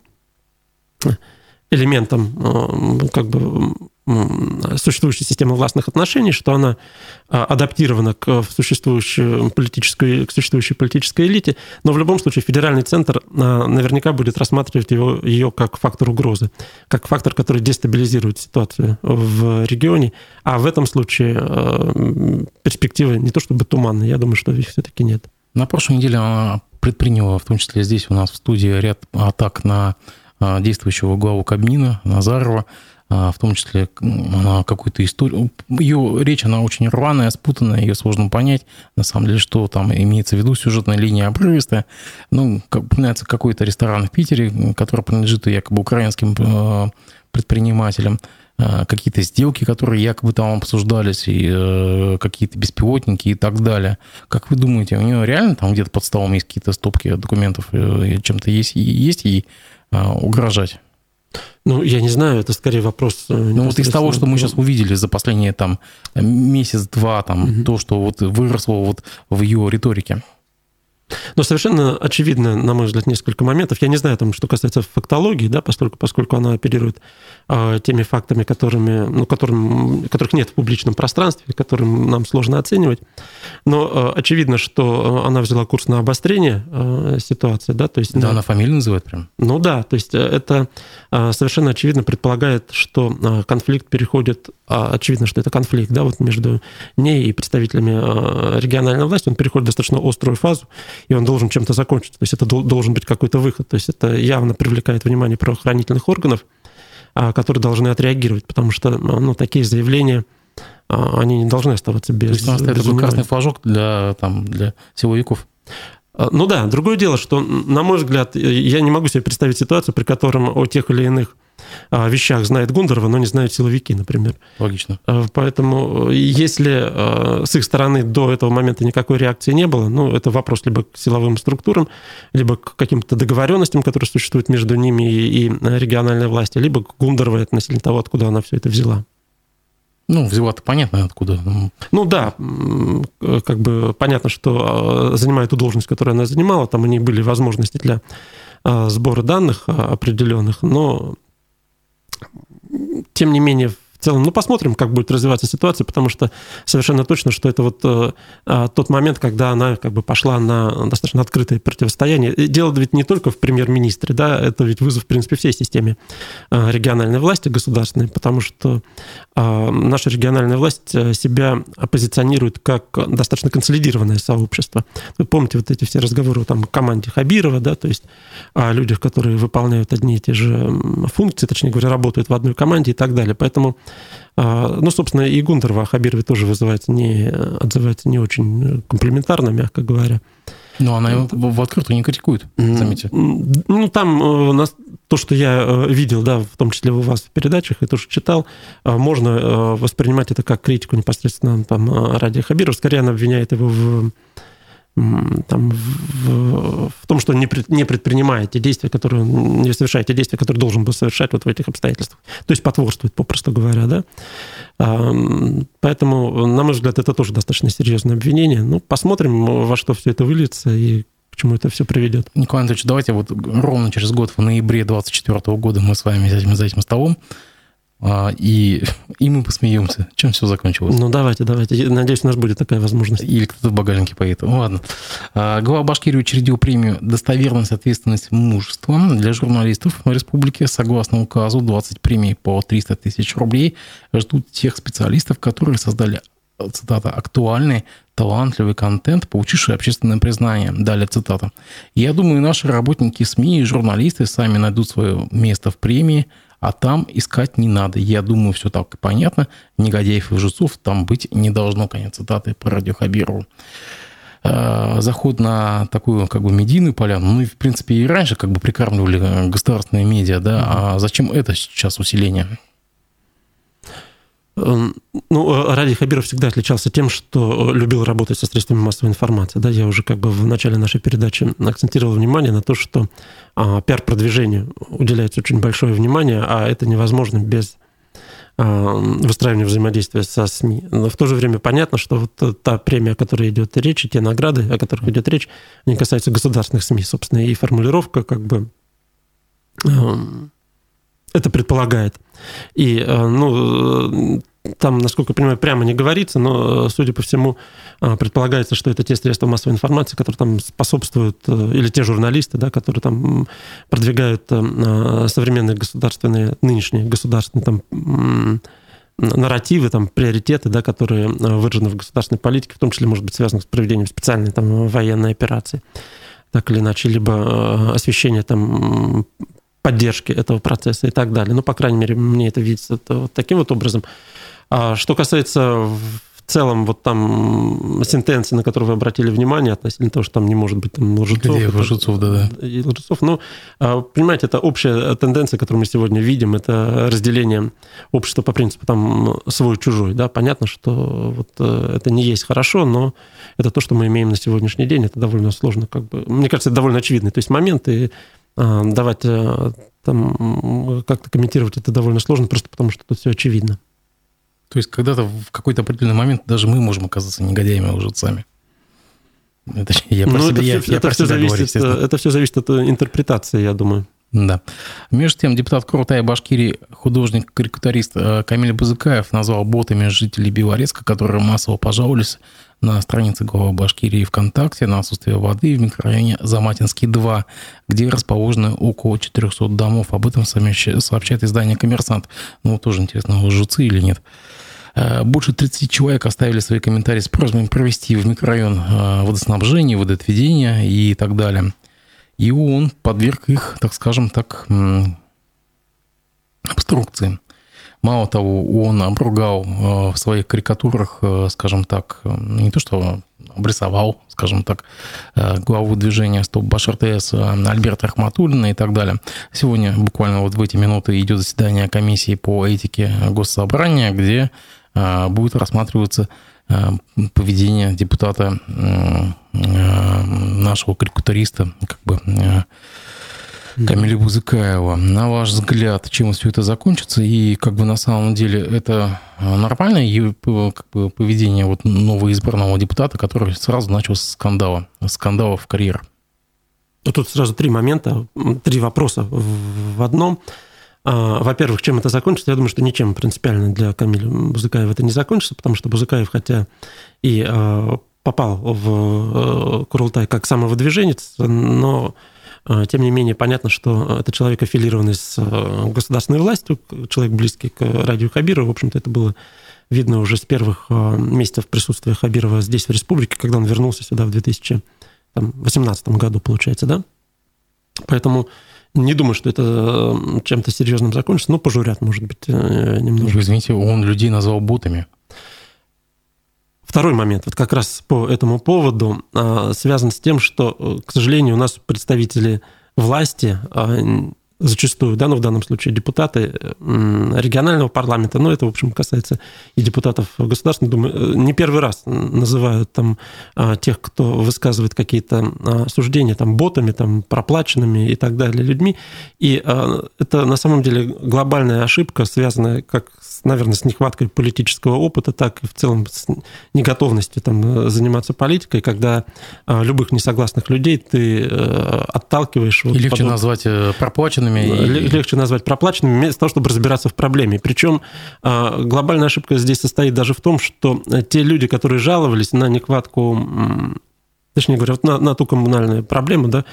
элементом как бы существующей системы властных отношений, что она адаптирована к существующей политической, к существующей политической элите, но в любом случае федеральный центр наверняка будет рассматривать его, ее как фактор угрозы, как фактор, который дестабилизирует ситуацию в регионе, а в этом случае перспективы не то чтобы туманные, я думаю, что их все-таки нет. На прошлой неделе она предприняла, в том числе здесь у нас в студии, ряд атак на действующего главу Кабмина Назарова, в том числе она какую-то историю... Ее речь, она очень рваная, спутанная, ее сложно понять, на самом деле, что там имеется в виду, сюжетная линия обрывистая. Ну, упоминается какой-то ресторан в Питере, который принадлежит якобы украинским предпринимателям, какие-то сделки, которые якобы там обсуждались, и какие-то беспилотники и так далее. Как вы думаете, у нее реально там где-то под столом есть какие-то стопки документов, чем-то есть, есть ей угрожать? Ну, я не знаю, это скорее вопрос... Ну, вот из того, что мы сейчас увидели за последние там месяц-два, там, угу. то, что вот выросло вот в ее риторике. Но совершенно очевидно, на мой взгляд, несколько моментов. Я не знаю, там, что касается фактологии, да, поскольку, поскольку она оперирует э, теми фактами, которыми, ну, которым, которых нет в публичном пространстве, которым нам сложно оценивать. Но э, очевидно, что она взяла курс на обострение э, ситуации. Да, то есть, да, на... она фамилию называет прям. Ну да, то есть это э, совершенно очевидно предполагает, что э, конфликт переходит, э, очевидно, что это конфликт, да, вот между ней и представителями э, региональной власти, он переходит в достаточно острую фазу, и он должен чем-то закончиться. То есть это должен быть какой-то выход. То есть это явно привлекает внимание правоохранительных органов, которые должны отреагировать, потому что ну, такие заявления, они не должны оставаться без, То есть без это красный флажок для, там, для силовиков. Ну да, другое дело, что, на мой взгляд, я не могу себе представить ситуацию, при котором о тех или иных вещах знает Гундарова, но не знают силовики, например. Логично. Поэтому если с их стороны до этого момента никакой реакции не было, ну, это вопрос либо к силовым структурам, либо к каким-то договоренностям, которые существуют между ними и региональной властью, либо к Гундаровой относительно того, откуда она все это взяла. Ну, взяла-то понятно откуда. Ну да, как бы понятно, что занимая ту должность, которую она занимала, там у нее были возможности для сбора данных определенных, но тем не менее, в целом, ну, посмотрим, как будет развиваться ситуация, потому что совершенно точно, что это вот а, тот момент, когда она как бы пошла на достаточно открытое противостояние. И дело ведь не только в премьер-министре, да, это ведь вызов, в принципе, всей системе а, региональной власти государственной, потому что а, наша региональная власть себя позиционирует как достаточно консолидированное сообщество. Вы помните вот эти все разговоры о там, команде Хабирова, да, то есть о людях, которые выполняют одни и те же функции, точнее говоря, работают в одной команде и так далее. Поэтому ну, собственно, и Гундарова о Хабирове тоже вызывается не, отзывается не очень комплиментарно, мягко говоря. Но она его в открытую не критикует, заметьте. Ну, там то, что я видел, да, в том числе у вас в передачах, и то, что читал, можно воспринимать это как критику непосредственно там, Ради Хабирова. Скорее, она обвиняет его в... Там, в, в том, что он не, пред, не предпринимает те действия, которые он не совершает, те действия, которые должен был совершать вот в этих обстоятельствах. То есть потворствует, попросту говоря, да. Поэтому, на мой взгляд, это тоже достаточно серьезное обвинение. Ну, посмотрим, во что все это выльется и к чему это все приведет. Николай Анатольевич, давайте вот ровно через год, в ноябре двадцать четвёртого года мы с вами сядем за этим столом, И, и мы посмеемся, чем все закончилось. Ну, давайте, давайте. Надеюсь, у нас будет такая возможность. Или кто-то в багажнике поедет. Ну, ладно. Глава Башкирии учредил премию «Достоверность, ответственность, мужество» для журналистов республики. Согласно указу, двадцать премий по триста тысяч рублей ждут тех специалистов, которые создали, цитата, «актуальный, талантливый контент, получивший общественное признание». Далее цитата. «Я думаю, наши работники СМИ и журналисты сами найдут свое место в премии, а там искать не надо. Я думаю, все так понятно. Негодяев и лжецов там быть не должно». Конец цитаты по Радио Хабирову. Заход на такую как бы медийную поляну, ну и в принципе и раньше как бы прикармливали государственные медиа, да, mm-hmm. а зачем это сейчас усиление? Ну, Ради Хабиров всегда отличался тем, что любил работать со средствами массовой информации. Да, я уже как бы в начале нашей передачи акцентировал внимание на то, что пиар-продвижению уделяется очень большое внимание, а это невозможно без выстраивания взаимодействия со СМИ. Но в то же время понятно, что вот та премия, о которой идет речь, и те награды, о которых идет речь, они касаются государственных СМИ, собственно, и формулировка как бы это предполагает. И, ну, там, насколько я понимаю, прямо не говорится, но, судя по всему, предполагается, что это те средства массовой информации, которые там способствуют, или те журналисты, да, которые там продвигают современные государственные, нынешние государственные там, нарративы, там, приоритеты, да, которые выражены в государственной политике, в том числе, может быть, связанных с проведением специальной там, военной операции, так или иначе, либо освещение там поддержки этого процесса и так далее. Ну, по крайней мере, мне это видится вот таким вот образом. А что касается в целом вот там сентенции, на которые вы обратили внимание, относительно того, что там не может быть там лжецов. Где лжецов, да, да. И лжецов. Ну, понимаете, это общая тенденция, которую мы сегодня видим, это разделение общества по принципу там свой-чужой. Да? Понятно, что вот это не есть хорошо, но это то, что мы имеем на сегодняшний день. Это довольно сложно, как бы. Мне кажется, это довольно очевидный. То есть момент, и давать там как-то комментировать это довольно сложно, просто потому что тут все очевидно. То есть когда-то в какой-то определенный момент даже мы можем оказаться негодяями и лжецами. Это, я про ну, себя, это, я, все, я это, про все себя зависит, говорю, это все зависит от интерпретации, я думаю. Да. Между тем, депутат Курултая-Башкирии, художник-карикатурист Камиль Бузыкаев назвал ботами жителей Белорецка, которые массово пожаловались на странице главы Башкирии ВКонтакте на отсутствие воды в микрорайоне Заматинский два, где расположены около четырехсот домов. Об этом сообщает издание «Коммерсант». Ну, тоже интересно, лжецы или нет. Больше тридцати человек оставили свои комментарии с просьбой провести в микрорайон водоснабжение, водоотведение и так далее. И он подверг их, так скажем так, обструкции. Мало того, он обругал в своих карикатурах, скажем так, не то что обрисовал, скажем так, главу движения «Стоп Башар ТС» Альберта Рахматуллина и так далее. Сегодня буквально вот в эти минуты идет заседание комиссии по этике Госсобрания, где будет рассматриваться поведение депутата, нашего карикатуриста, как бы Камиля Бузыкаева. На ваш взгляд, чем все это закончится? И как бы на самом деле это нормальное как бы, поведение вот новоизбранного депутата, который сразу начал с скандала, скандала в карьере? Тут сразу три момента, три вопроса в одном. Во-первых, чем это закончится? Я думаю, что ничем принципиально для Камиля Бузыкаева это не закончится, потому что Бузыкаев, хотя и попал в Курултай как самовыдвиженец, но, тем не менее, понятно, что это человек, аффилированный с государственной властью, человек, близкий к Радию Хабирову. В общем-то, это было видно уже с первых месяцев присутствия Хабирова здесь, в республике, когда он вернулся сюда в две тысячи восемнадцатом году, получается, да? Поэтому не думаю, что это чем-то серьезным закончится, но пожурят, может быть, немножко. Вы извините, он людей назвал ботами. Второй момент, вот как раз по этому поводу, связан с тем, что, к сожалению, у нас представители власти, зачастую, да, ну, в данном случае депутаты регионального парламента, но это, в общем, касается и депутатов Государственной Думы, не первый раз называют там тех, кто высказывает какие-то суждения там ботами, там проплаченными и так далее людьми. И это на самом деле глобальная ошибка, связанная как, наверное, с нехваткой политического опыта, так и в целом с неготовностью там заниматься политикой, когда любых несогласных людей ты отталкиваешь. И вот, легче подоб... назвать проплаченными. Легче назвать проплаченными, вместо того, чтобы разбираться в проблеме. Причем глобальная ошибка здесь состоит даже в том, что те люди, которые жаловались на нехватку, точнее говоря, вот на, на ту коммунальную проблему, да,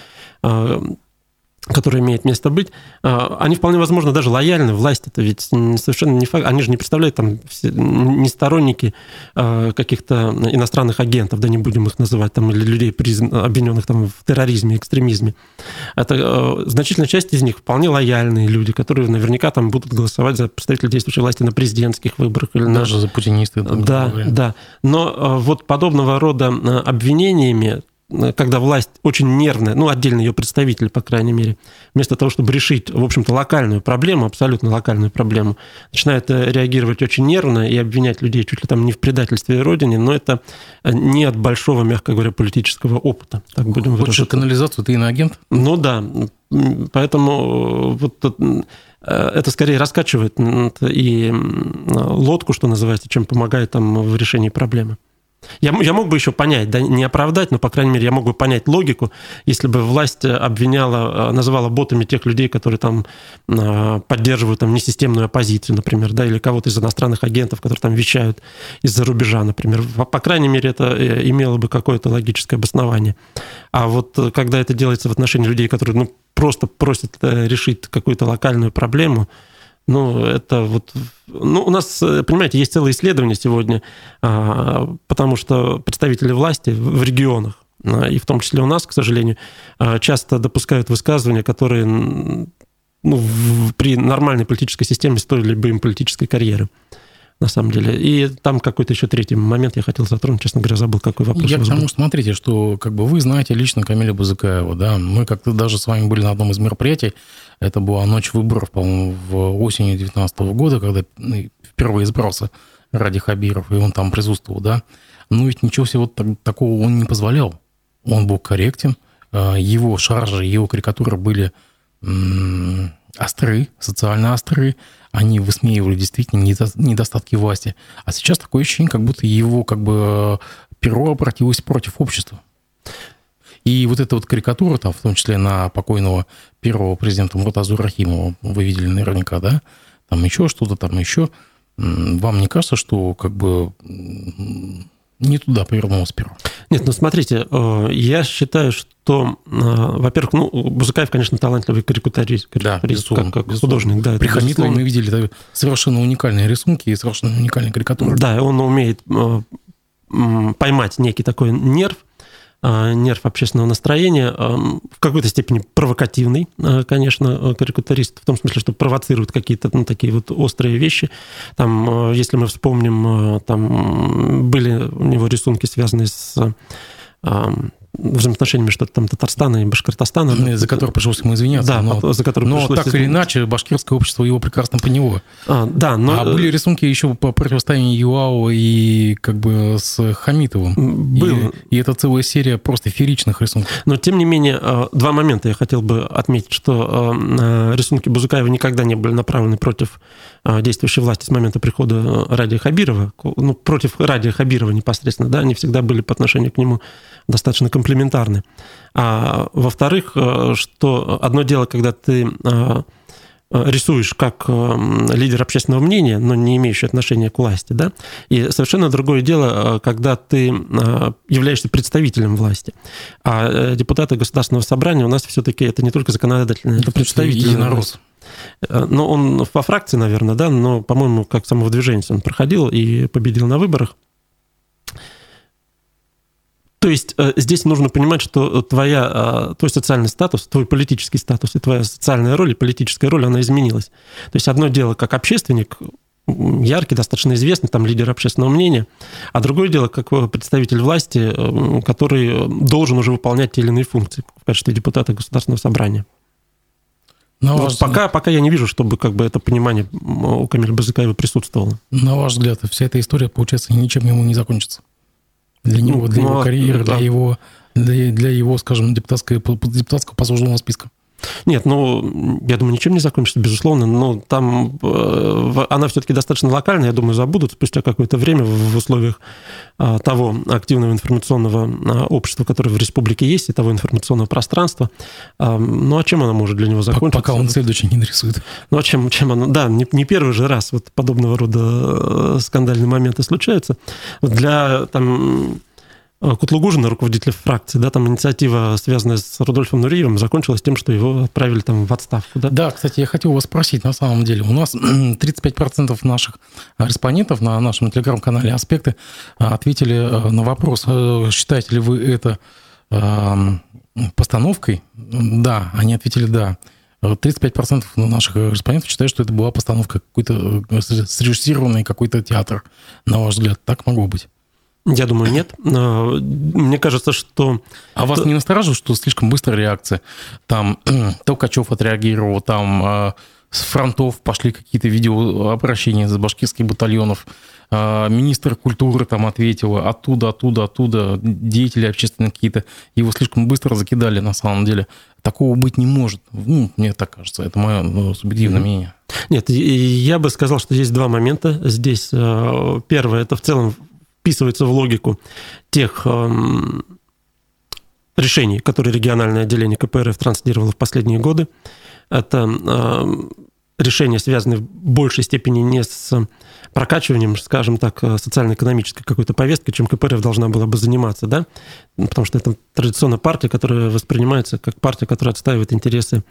которая имеет место быть, они вполне возможно даже лояльны власти. Это ведь совершенно не факт. Они же не представляют там не сторонники каких-то иностранных агентов, да не будем их называть, там, или людей, обвиненных там в терроризме, экстремизме. Это значительная часть из них вполне лояльные люди, которые наверняка там будут голосовать за представителей действующей власти на президентских выборах. Или даже на... за путинисты. Да, да. Но вот подобного рода обвинениями, когда власть очень нервная, ну, отдельно ее представители, по крайней мере, вместо того, чтобы решить, в общем-то, локальную проблему, абсолютно локальную проблему, начинает реагировать очень нервно и обвинять людей чуть ли там не в предательстве Родине, но это не от большого, мягко говоря, политического опыта. Так будем выражаться. Хочешь канализацию, ты иноагент? Ну да, поэтому вот это скорее раскачивает и лодку, что называется, чем помогает там в решении проблемы. Я, я мог бы еще понять, да, не оправдать, но, по крайней мере, я мог бы понять логику, если бы власть обвиняла, называла ботами тех людей, которые там поддерживают там несистемную оппозицию, например, да, или кого-то из иностранных агентов, которые там вещают из-за рубежа, например. По крайней мере, это имело бы какое-то логическое обоснование. А вот когда это делается в отношении людей, которые ну, просто просят решить какую-то локальную проблему, ну, это вот... Ну, у нас, понимаете, есть целое исследование сегодня, потому что представители власти в регионах, и в том числе у нас, к сожалению, часто допускают высказывания, которые ну, при нормальной политической системе стоили бы им политической карьеры. На самом деле. И там какой-то еще третий момент я хотел затронуть, честно говоря, забыл, какой вопрос. Я к тому, что смотрите, что как бы вы знаете лично Камиля Бузыкаева, да, мы как-то даже с вами были на одном из мероприятий, это была ночь выборов, по-моему, в осенью две тысячи девятнадцатого года, когда впервые избрался Ради Хабиров, и он там присутствовал, да, но ведь ничего всего так, такого он не позволял. Он был корректен, его шаржи, его карикатуры были м- остры, социально остры, они высмеивали действительно недостатки власти. А сейчас такое ощущение, как будто его как бы перо обратилось против общества. И вот эта вот карикатура, там, в том числе на покойного первого президента Муртазу Рахимова, вы видели наверняка, да? Там еще что-то, там еще. Вам не кажется, что как бы не туда повернула сперва? Нет, ну смотрите, я считаю, что, во-первых, ну, Бузыкаев, конечно, талантливый карикатурист, да, безусловно, как, как безусловно. художник. Да, при Хамитове мы видели совершенно уникальные рисунки и совершенно уникальные карикатуры. Да, он умеет поймать некий такой нерв, нерв общественного настроения, в какой-то степени провокативный, конечно, карикатурист, в том смысле, что провоцирует какие-то, ну, такие вот острые вещи. Там, если мы вспомним, там были у него рисунки, связанные с взаимоотношениями что-то там Татарстана и Башкортостана. За который пришлось ему извиняться. Да, но, за который но пришлось так или иначе, башкирское общество его прекрасно поняло. А, да, но... а были рисунки еще по противостоянию ЮАО и как бы с Хамитовым. Был. И, и это целая серия просто фееричных рисунков. Но, тем не менее, два момента я хотел бы отметить, что рисунки Бузыкаева никогда не были направлены против действующей власти с момента прихода Радия Хабирова, ну, против Радия Хабирова непосредственно, да, они всегда были по отношению к нему достаточно комплиментарны. А во-вторых, что одно дело, когда ты рисуешь как лидер общественного мнения, но не имеющий отношения к власти, да, и совершенно другое дело, когда ты являешься представителем власти. А депутаты Государственного собрания у нас все-таки это не только законодательное, это представительный народ. Ну, он по фракции, наверное, да, но, по-моему, как самовыдвиженец он проходил и победил на выборах. То есть здесь нужно понимать, что твоя, твой социальный статус, твой политический статус и твоя социальная роль, и политическая роль, она изменилась. То есть одно дело как общественник, яркий, достаточно известный, там лидер общественного мнения, а другое дело как представитель власти, который должен уже выполнять те или иные функции в качестве депутата Государственного собрания. Вот ваш... пока, пока я не вижу, чтобы как бы это понимание у Камиля Бузыкаева присутствовало. На ваш взгляд, вся эта история, получается, ничем ему не закончится? Для него, для ну, его карьеры, да. для, его, для, для его, скажем, депутатского, депутатского послужного списка? Нет, ну, я думаю, ничем не закончится, безусловно, но там она все-таки достаточно локальная, я думаю, забудут спустя какое-то время в условиях того активного информационного общества, которое в республике есть, и того информационного пространства. Ну, а чем она может для него закончиться? Пока он следующий не нарисует. Ну, а чем, чем она... Да, не, не первый же раз вот подобного рода скандальные моменты случаются. Для там... Кутлугужина, руководителя фракции, да, там инициатива, связанная с Рудольфом Нуриевым, закончилась тем, что его отправили там в отставку. Да? Да, кстати, я хотел вас спросить, на самом деле, у нас тридцать пять процентов наших респондентов на нашем телеграм-канале «Аспекты» ответили на вопрос, считаете ли вы это постановкой? Да, они ответили «да». тридцать пять процентов наших респондентов считают, что это была постановка, какой-то срежиссированный какой-то театр. На ваш взгляд, так могло быть? Я думаю, нет. Мне кажется, что... А вас не настораживает, что слишком быстрая реакция? Там Толкачев отреагировал, там с фронтов пошли какие-то видеообращения с башкирских батальонов, министр культуры там ответил, оттуда, оттуда, оттуда, деятели общественные какие-то, его слишком быстро закидали на самом деле. Такого быть не может. Ну, мне так кажется, это мое ну, субъективное mm-hmm. мнение. Нет, я бы сказал, что здесь два момента. Здесь первое, это в целом вписывается в логику тех э, решений, которые региональное отделение ка пэ эр эф транслировало в последние годы. Это э, решения, связанные в большей степени не с прокачиванием, скажем так, социально-экономической какой-то повестки, чем ка пэ эр эф должна была бы заниматься, да? Потому что это традиционная партия, которая воспринимается как партия, которая отстаивает интересы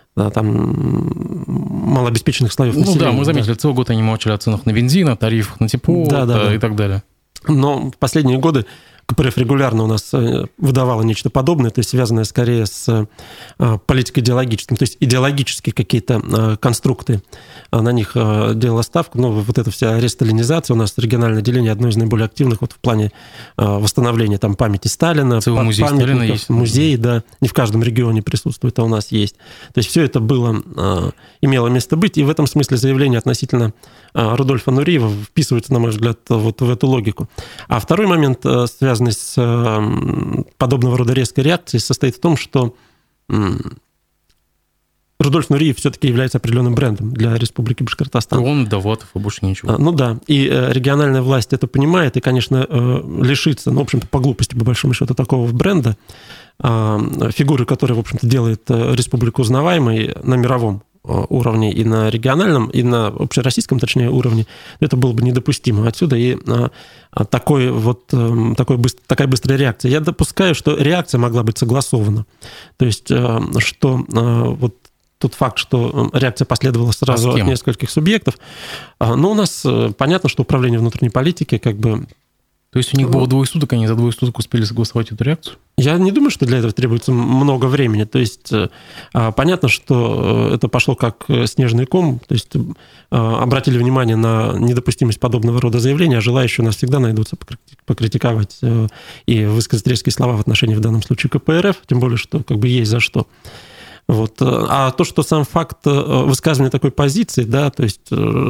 там малообеспеченных слоев населения. Ну да, мы заметили, да. Целый год они молчали о ценах на бензин, о тарифах на тепло да, да, да. и так далее. Но в последние годы ка пэ эр эф регулярно у нас выдавало нечто подобное, то есть связанное скорее с политико-идеологическим, то есть идеологические какие-то конструкты, на них делала ставку. Но вот эта вся ресталинизация, у нас региональное отделение одно из наиболее активных вот в плане восстановления там, памяти Сталина. Целый музей Сталина есть. Музей, да, не в каждом регионе присутствует, а у нас есть. То есть все это было, имело место быть, и в этом смысле заявление относительно Рудольфа Нуриева вписывается, на мой взгляд, вот в эту логику. А второй момент, связанный с подобного рода резкой реакцией, состоит в том, что Рудольф Рудольф Нуриев все-таки является определенным брендом для Республики Башкортостан. Он, Давлатов и больше ничего. Ну да, и региональная власть это понимает, и, конечно, лишится, ну, в общем-то, по глупости, по большому счету, такого бренда, фигуры, которая, в общем-то, делает республику узнаваемой на мировом уровне и на региональном, и на общероссийском, точнее, уровне, это было бы недопустимо. Отсюда и такой вот, такой, такая быстрая реакция. Я допускаю, что реакция могла быть согласована. То есть, что вот тот факт, что реакция последовала сразу а от нескольких субъектов, но у нас понятно, что управление внутренней политики как бы... То есть у них было двое суток, они за двое суток успели согласовать эту реакцию? Я не думаю, что для этого требуется много времени. То есть понятно, что это пошло как снежный ком. То есть обратили внимание на недопустимость подобного рода заявления, а желающие у нас всегда найдутся покритиковать и высказать резкие слова в отношении, в данном случае, ка пэ эр эф, тем более, что как бы есть за что. Вот. А то, что сам факт высказывания такой позиции, да, то есть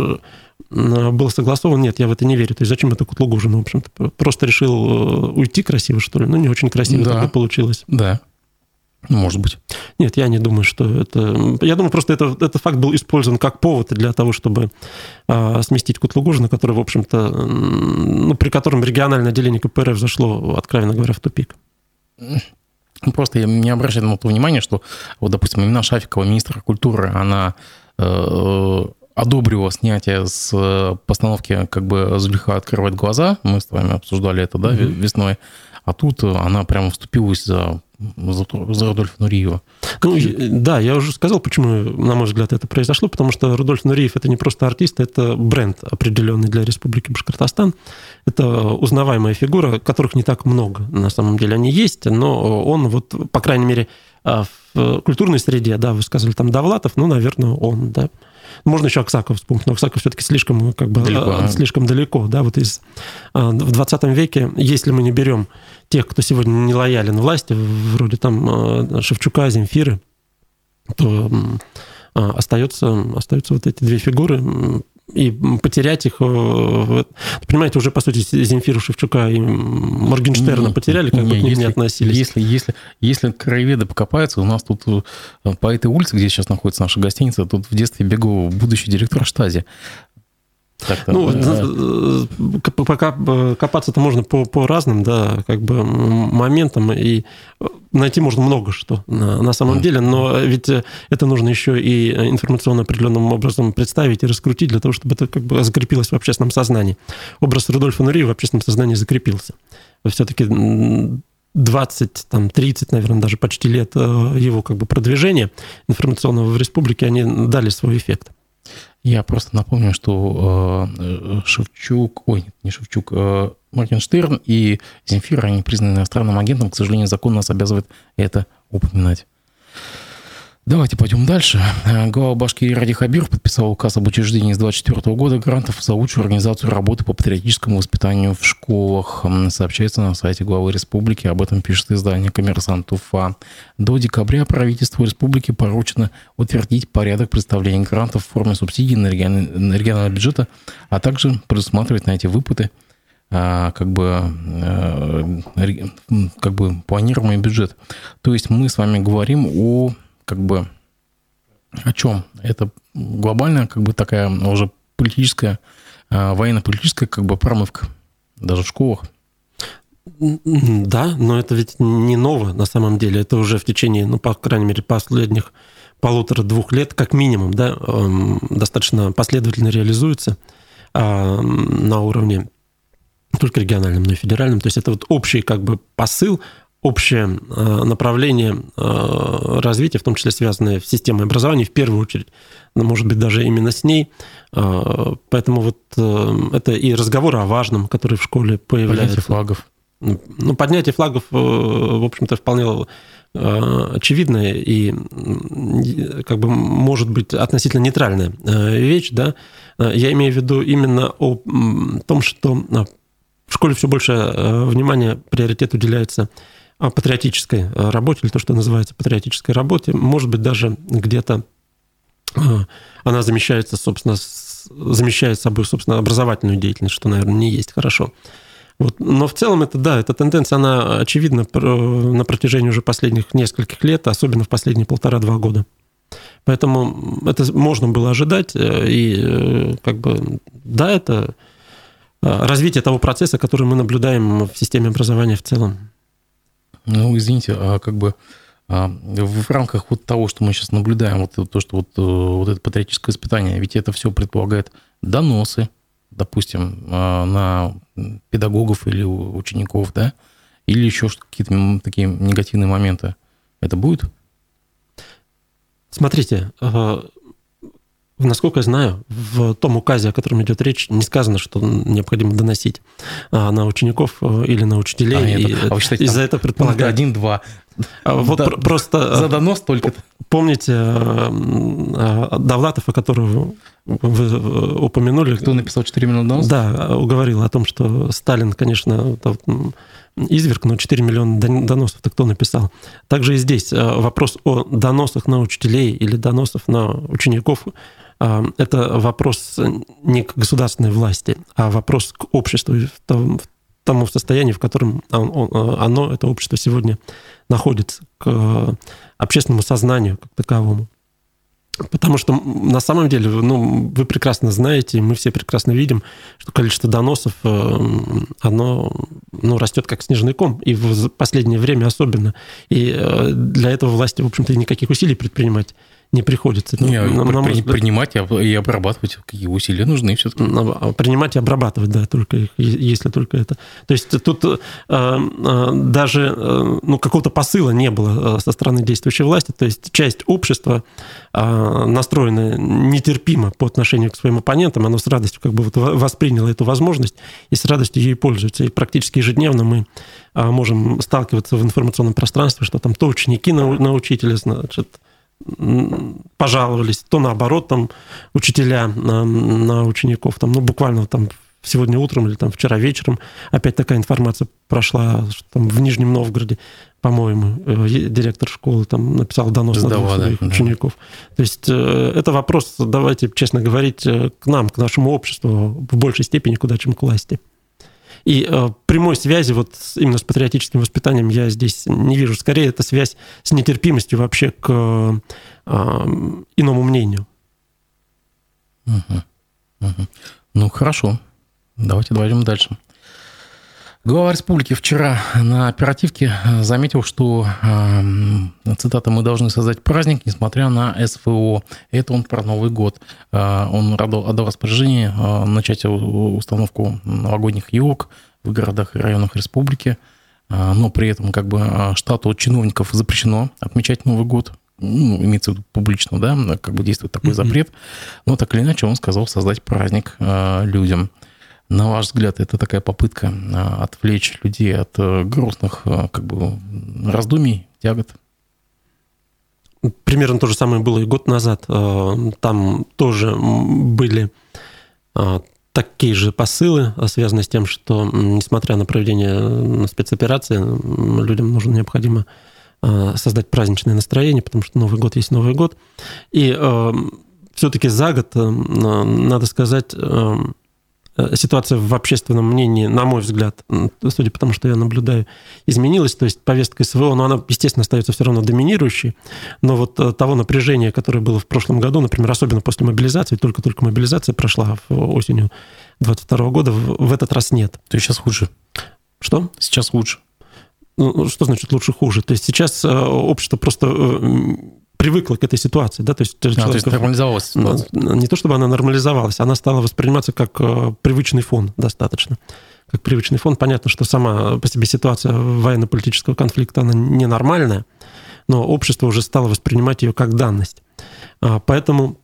был согласован, нет, я в это не верю. То есть зачем это Кутлугужину, в общем-то? Просто решил уйти красиво, что ли? Ну, не очень красиво да. тогда получилось. Да, может быть. Нет, я не думаю, что это... Я думаю, просто это, этот факт был использован как повод для того, чтобы а, сместить Кутлугужина, который, в общем-то, ну, при котором региональное отделение ка пэ эр эф зашло, откровенно говоря, в тупик. Просто я не обращаю на то внимание, что, вот, допустим, именно Шафикова, министра культуры, она э, одобрила снятие с постановки как бы «Зульха открывает глаза». Мы с вами обсуждали это, да, mm-hmm. весной. А тут она прямо вступилась за, за, за Рудольфа Нуриева. Ну, да, я уже сказал, почему, на мой взгляд, это произошло, потому что Рудольф Нуриев – это не просто артист, это бренд определенный для Республики Башкортостан. Это узнаваемая фигура, которых не так много, на самом деле. Они есть, но он, вот, по крайней мере, в культурной среде, да, вы сказали, там Давлатов, ну, наверное, он, да. Можно еще Аксаков вспомнить, но Аксаков все-таки слишком, как бы, далеко, слишком далеко. Да? Вот из, в двадцатом веке, если мы не берем тех, кто сегодня не лоялен власти, вроде там Шевчука, Земфиры, то остается, остаются вот эти две фигуры. И потерять их... Понимаете, уже, по сути, Земфиру, Шевчука и Моргенштерна не, потеряли, как не, бы к ним если, не относились. Если, если, если краеведы покопаются, у нас тут по этой улице, где сейчас находится наша гостиница, тут в детстве бегал будущий директор Штази. Так-то, ну, да. Пока копаться-то можно по, по разным, да, как бы моментам, и найти можно много что на, на самом mm. деле, но ведь это нужно еще и информационно определенным образом представить и раскрутить для того, чтобы это как бы закрепилось в общественном сознании. Образ Рудольфа Нуриева в общественном сознании закрепился. Все-таки двадцать, там, тридцать, наверное, даже почти лет его как бы продвижения информационного в республике, они дали свой эффект. Я просто напомню, что э, Шевчук, ой, не Шевчук, э, Моргенштерн и Земфира, они признаны иностранным агентом. К сожалению, закон нас обязывает это упоминать. Давайте пойдем дальше. Глава Башкирии Ради Хабиров подписал указ об учреждении с двадцать четвёртого года грантов за лучшую организацию работы по патриотическому воспитанию в школах. Сообщается на сайте главы республики. Об этом пишет издание «Коммерсант Уфа». До декабря правительству республики поручено утвердить порядок представления грантов в форме субсидий на региональный бюджет, а также предусматривать на эти выплаты как бы, как бы планируемый бюджет. То есть мы с вами говорим о как бы о чем? Это глобальная, как бы такая уже политическая, военно-политическая как бы промывка, даже в школах. Да, но это ведь не ново на самом деле. Это уже в течение, ну, по крайней мере, последних полутора-двух лет, как минимум, да, достаточно последовательно реализуется на уровне не только региональном, но и федеральном. То есть это вот общий как бы посыл, общее направление развития, в том числе связанное с системой образования, в первую очередь, может быть, даже именно с ней. Поэтому вот это и разговоры о важном, которые в школе появляются. Поднятие флагов. Ну, поднятие флагов, в общем-то, вполне очевидная и как бы может быть относительно нейтральная вещь, да. Я имею в виду именно о том, что в школе все больше внимания, приоритет уделяется патриотической работе, или то, что называется патриотической работе. Может быть, даже где-то она замещается, собственно, замещает собой, собственно, образовательную деятельность, что, наверное, не есть хорошо. Вот. Но в целом это, да, эта тенденция, она очевидна на протяжении уже последних нескольких лет, особенно в последние полтора-два года. Поэтому это можно было ожидать. И как бы, да, это развитие того процесса, который мы наблюдаем в системе образования в целом. Ну, извините, а как бы в рамках вот того, что мы сейчас наблюдаем, вот то, что вот, вот это патриотическое испытание, ведь это все предполагает доносы, допустим, на педагогов или учеников, да, или еще какие-то такие негативные моменты. Это будет? Смотрите, насколько я знаю, в том указе, о котором идет речь, не сказано, что необходимо доносить на учеников или на учителей. А, и а вы считаете, из-за этого предполагают... один-два. Вот да, просто... За донос только... Помните Довлатов, о котором вы упомянули? Кто написал четыре миллиона доносов? Да, уговорил о том, что Сталин, конечно, изверг, но четыре миллиона доносов-то кто написал? Также и здесь вопрос о доносах на учителей или доносов на учеников – это вопрос не к государственной власти, а вопрос к обществу, в тому состоянии, в котором оно, это общество сегодня находится, к общественному сознанию как таковому. Потому что на самом деле, ну, вы прекрасно знаете, мы все прекрасно видим, что количество доносов, оно, ну, растет как снежный ком, и в последнее время особенно. И для этого власти, в общем-то, никаких усилий предпринимать не приходится. Не, на, на при, принимать и обрабатывать, какие усилия нужны все-таки. Принимать и обрабатывать, да, только их, если только это. То есть тут э, э, даже э, ну, какого-то посыла не было со стороны действующей власти, то есть часть общества э, настроена нетерпимо по отношению к своим оппонентам, оно с радостью как бы вот восприняло эту возможность и с радостью ей пользуется. И практически ежедневно мы э, можем сталкиваться в информационном пространстве, что там то ученики на, на учителя, значит, пожаловались, то наоборот, там учителя на, на учеников, там, ну, буквально там сегодня утром или там вчера вечером опять такая информация прошла, что там в Нижнем Новгороде, по-моему, директор школы там написал донос на двух своих да, учеников. Да. То есть это вопрос, давайте честно говорить, к нам, к нашему обществу в большей степени куда, чем к власти. И э, прямой связи вот именно с патриотическим воспитанием я здесь не вижу. Скорее, это связь с нетерпимостью вообще к э, иному мнению. Угу. Угу. Ну, хорошо. Давайте дойдем дальше. Глава республики вчера на оперативке заметил, что, цитата, «мы должны создать праздник, несмотря на СВО». Это он про Новый год. Он отдал распоряжение начать установку новогодних елок в городах и районах республики, но при этом как бы штату чиновников запрещено отмечать Новый год. Ну, имеется в виду публично, да, как бы действует такой запрет. Но так или иначе он сказал создать праздник людям. На ваш взгляд, это такая попытка отвлечь людей от грустных как бы раздумий, тягот? Примерно то же самое было и год назад. Там тоже были такие же посылы, связанные с тем, что, несмотря на проведение спецоперации, людям нужно необходимо создать праздничное настроение, потому что Новый год есть Новый год. И все-таки за год, надо сказать, ситуация в общественном мнении, на мой взгляд, судя по тому, что я наблюдаю, изменилась. То есть повестка СВО, но она, естественно, остается все равно доминирующей. Но вот того напряжения, которое было в прошлом году, например, особенно после мобилизации, только-только мобилизация прошла осенью двадцать второго года, в этот раз нет. То есть сейчас хуже? Что? Сейчас лучше. Ну, что значит лучше-хуже? То есть сейчас общество просто привыкла к этой ситуации. Да? То есть, а, то есть нормализовалась ситуация? Не то, чтобы она нормализовалась, она стала восприниматься как привычный фон достаточно. Как привычный фон. Понятно, что сама по себе ситуация военно-политического конфликта, она ненормальная, но общество уже стало воспринимать ее как данность. Поэтому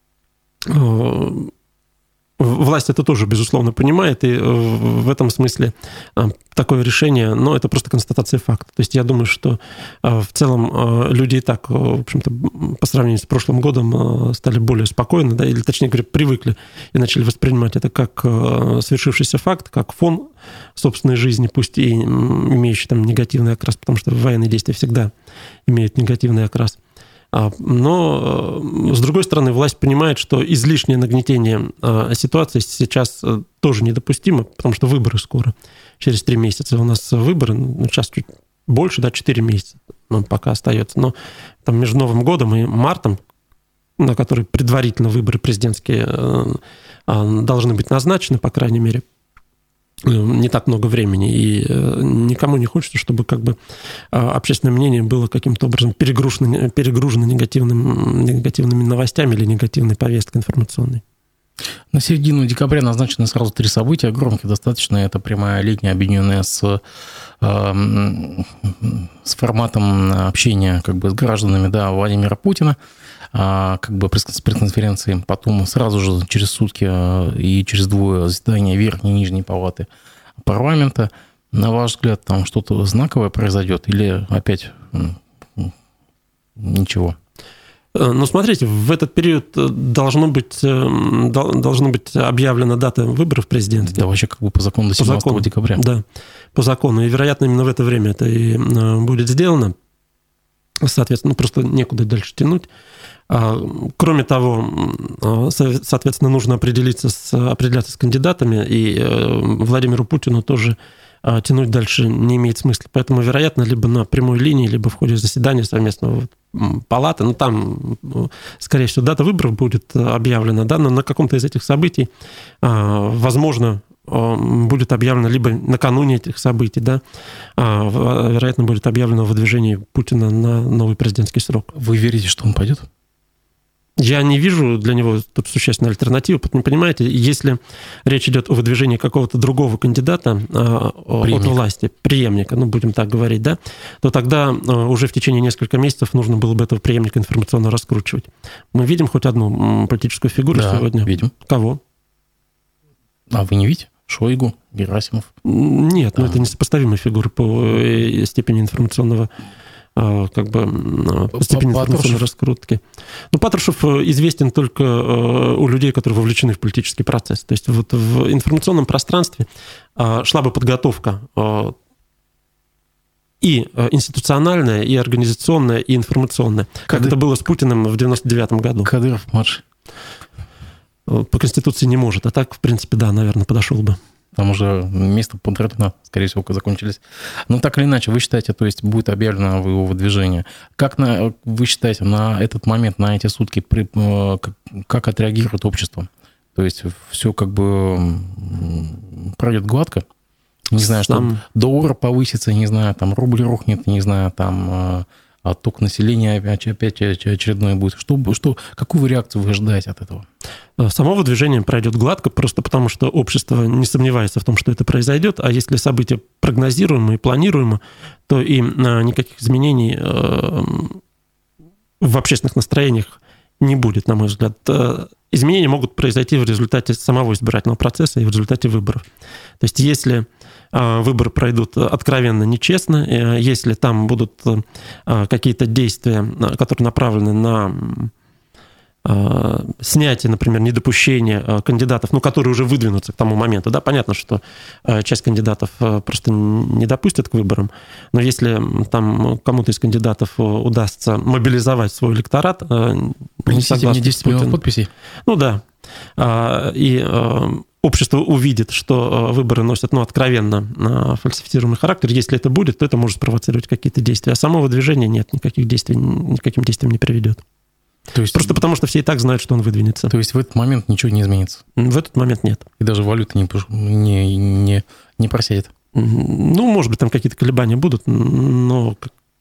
власть это тоже, безусловно, понимает, и в этом смысле такое решение, но это просто констатация факта. То есть я думаю, что в целом люди и так, в общем-то, по сравнению с прошлым годом стали более спокойны, да, или, точнее говоря, привыкли и начали воспринимать это как свершившийся факт, как фон собственной жизни, пусть и имеющий там негативный окрас, потому что военные действия всегда имеют негативный окрас. Но, с другой стороны, власть понимает, что излишнее нагнетение ситуации сейчас тоже недопустимо, потому что выборы скоро, через три месяца. У нас выборы, ну, сейчас чуть больше, да, четыре месяца пока остается. Но там между Новым годом и мартом, на который предварительно выборы президентские должны быть назначены, по крайней мере, не так много времени, и никому не хочется, чтобы как бы общественное мнение было каким-то образом перегружено, перегружено негативным, негативными новостями или негативной повесткой информационной. На середину декабря назначены сразу три события, громкие достаточно. Это прямая линия, объединенная с, э, с форматом общения как бы с гражданами, да, Владимира Путина, э, как бы с пресс-конференцией. Потом сразу же через сутки э, и через двое заседания Верхней и Нижней палаты парламента. На ваш взгляд, там что-то знаковое произойдет или опять э, ничего? Ну, смотрите, в этот период должно быть, должна быть объявлена дата выборов президентских. Да, вообще как бы по закону до семнадцатого декабря. Да, по закону. И, вероятно, именно в это время это и будет сделано. Соответственно, ну, просто некуда дальше тянуть. Кроме того, соответственно, нужно определиться с, определяться с кандидатами, и Владимиру Путину тоже тянуть дальше не имеет смысла. Поэтому, вероятно, либо на прямой линии, либо в ходе заседания совместного палаты, ну, там, скорее всего, дата выборов будет объявлена, да, но на каком-то из этих событий, возможно, будет объявлено либо накануне этих событий, да, вероятно, будет объявлено выдвижение Путина на новый президентский срок. Вы верите, что он пойдет? Я не вижу для него тут существенной альтернативы. Понимаете, если речь идет о выдвижении какого-то другого кандидата преемника. От власти, преемника, ну, будем так говорить, да, то тогда уже в течение нескольких месяцев нужно было бы этого преемника информационно раскручивать. Мы видим хоть одну политическую фигуру да, сегодня? Видим. Кого? А вы не видите? Шойгу, Герасимов? Нет, а. ну, это несопоставимые фигуры по степени информационного как бы степень информационной раскрутки. Ну, Патрушев известен только у людей, которые вовлечены в политический процесс. То есть вот в информационном пространстве шла бы подготовка и институциональная, и организационная, и информационная, как Кадыр... это было с Путиным в девяносто девятом году. Кадыров-младший. По Конституции не может, а так, в принципе, да, наверное, подошел бы. Там уже место подряд, скорее всего, закончились. Но так или иначе, вы считаете, то есть будет объявлено его выдвижение. Как на, вы считаете, на этот момент, на эти сутки, при, как, как отреагирует общество? То есть все как бы пройдет гладко? Не знаю, Сам... что доллар повысится, не знаю, там рубль рухнет, не знаю, там отток населения опять, опять очередной будет. Что, что, какую реакцию вы ожидаете от этого? Само выдвижение пройдет гладко, просто потому что общество не сомневается в том, что это произойдет, а если события прогнозируемо и планируемо, то и никаких изменений в общественных настроениях не будет, на мой взгляд. Изменения могут произойти в результате самого избирательного процесса и в результате выборов. То есть если выборы пройдут откровенно нечестно, если там будут какие-то действия, которые направлены на снятие, например, недопущение кандидатов, ну, которые уже выдвинутся к тому моменту. Да, понятно, что часть кандидатов просто не допустят к выборам, но если там кому-то из кандидатов удастся мобилизовать свой электорат, принесите мне десять миллионов подписей. Ну да. И общество увидит, что выборы носят, ну, откровенно фальсифицируемый характер. Если это будет, то это может спровоцировать какие-то действия. А самого движения нет, никаких действий, никаким действиям не приведет. То есть, просто потому, что все и так знают, что он выдвинется. То есть в этот момент ничего не изменится? В этот момент нет. И даже валюта не, не, не, не просядет? Ну, может быть, там какие-то колебания будут, но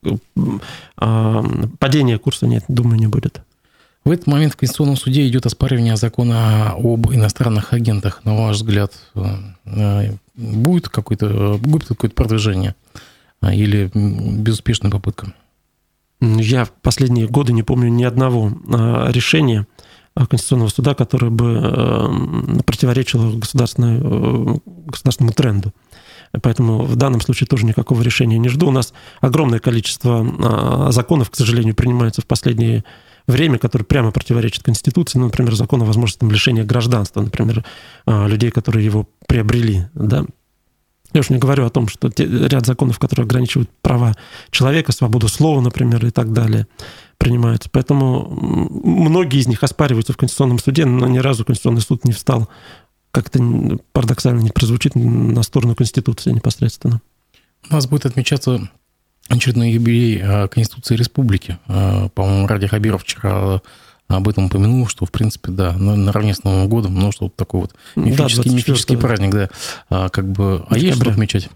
падения курса, нет, думаю, не будет. В этот момент в Конституционном суде идет оспаривание закона об иностранных агентах. На ваш взгляд, будет какое-то, будет какое-то продвижение или безуспешная попытка? Я в последние годы не помню ни одного решения Конституционного суда, которое бы противоречило государственному, государственному тренду. Поэтому в данном случае тоже никакого решения не жду. У нас огромное количество законов, к сожалению, принимается в последнее время, которые прямо противоречат Конституции. Ну, например, закон о возможности лишения гражданства, например, людей, которые его приобрели, да. Я уж не говорю о том, что ряд законов, которые ограничивают права человека, свободу слова, например, и так далее, принимаются. Поэтому многие из них оспариваются в Конституционном суде, но ни разу Конституционный суд не встал, как-то парадоксально не прозвучит, на сторону Конституции непосредственно. У нас будет отмечаться очередной юбилей Конституции Республики. По-моему, Ради Хабиров вчера об этом упомянул, что, в принципе, да, наравне с Новым годом, ну, что вот такой вот мифический, да, мифический праздник, да, а, как бы, а есть что отмечать?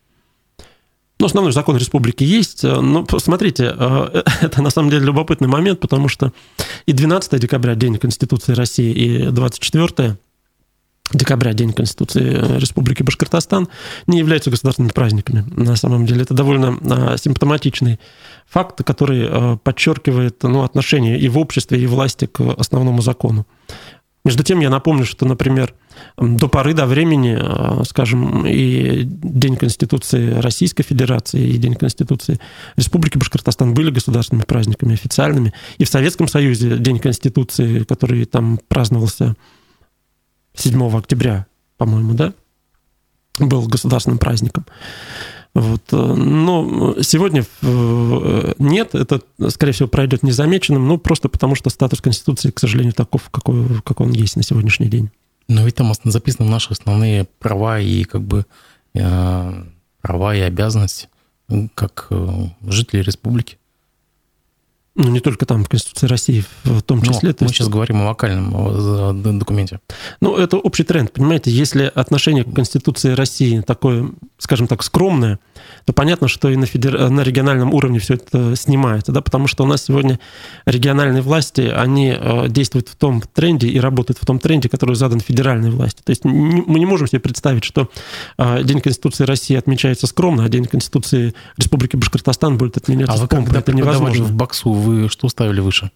Ну, основной закон республики есть. Но смотрите, это на самом деле любопытный момент, потому что и двенадцатого декабря, День Конституции России, и двадцать четвёртого декабря, День Конституции Республики Башкортостан, не являются государственными праздниками. На самом деле это довольно симптоматичный факт, который подчеркивает, ну, отношение и в обществе, и власти к основному закону. Между тем, я напомню, что, например, до поры до времени, скажем, и День Конституции Российской Федерации, и День Конституции Республики Башкортостан были государственными праздниками официальными. И в Советском Союзе День Конституции, который там праздновался седьмого октября, по-моему, да, был государственным праздником. Вот. Но сегодня нет, это, скорее всего, пройдет незамеченным, ну, просто потому что статус Конституции, к сожалению, таков, какой, какой он есть на сегодняшний день. Но ведь там записаны наши основные права и как бы права и обязанности как жителей республики. Ну, не только там, в Конституции России в том числе. Ну, то мы есть... сейчас говорим о локальном документе. Ну, это общий тренд, понимаете? Если отношение к Конституции России такое, скажем так, скромное, то понятно, что и на, федер... на региональном уровне все это снимается, да, потому что у нас сегодня региональные власти, они действуют в том тренде и работают в том тренде, который задан федеральной власти. То есть мы не можем себе представить, что День Конституции России отмечается скромно, а День Конституции Республики Башкортостан будет отменяться а с помпой. А вы когда это невозможно. В боксу вы что ставили выше?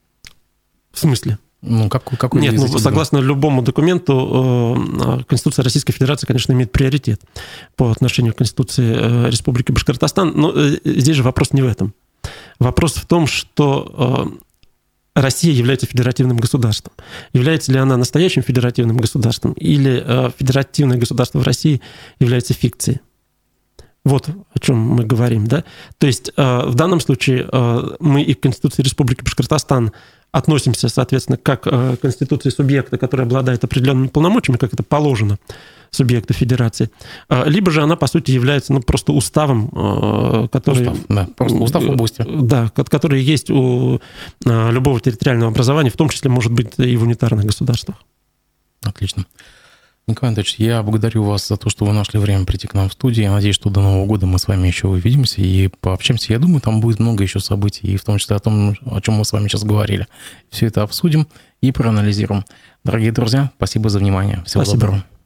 В смысле? Ну, как, какой Нет, ну, согласно любому документу, Конституция Российской Федерации, конечно, имеет приоритет по отношению к Конституции Республики Башкортостан, но здесь же вопрос не в этом. Вопрос в том, что Россия является федеративным государством. Является ли она настоящим федеративным государством, или федеративное государство в России является фикцией? Вот о чем мы говорим, да? То есть в данном случае мы и к Конституции Республики Башкортостан относимся, соответственно, как к конституции субъекта, который обладает определенными полномочиями, как это положено субъекту федерации, либо же она, по сути, является, ну, просто уставом, который... Устав, да, просто устав области. Да, который есть у любого территориального образования, в том числе, может быть, и в унитарных государствах. Отлично. Николай Анатольевич, я благодарю вас за то, что вы нашли время прийти к нам в студию. Я надеюсь, что до Нового года мы с вами еще увидимся и пообщаемся. Я думаю, там будет много еще событий, и в том числе о том, о чем мы с вами сейчас говорили. Все это обсудим и проанализируем. Дорогие друзья, спасибо за внимание. Всего спасибо. доброго.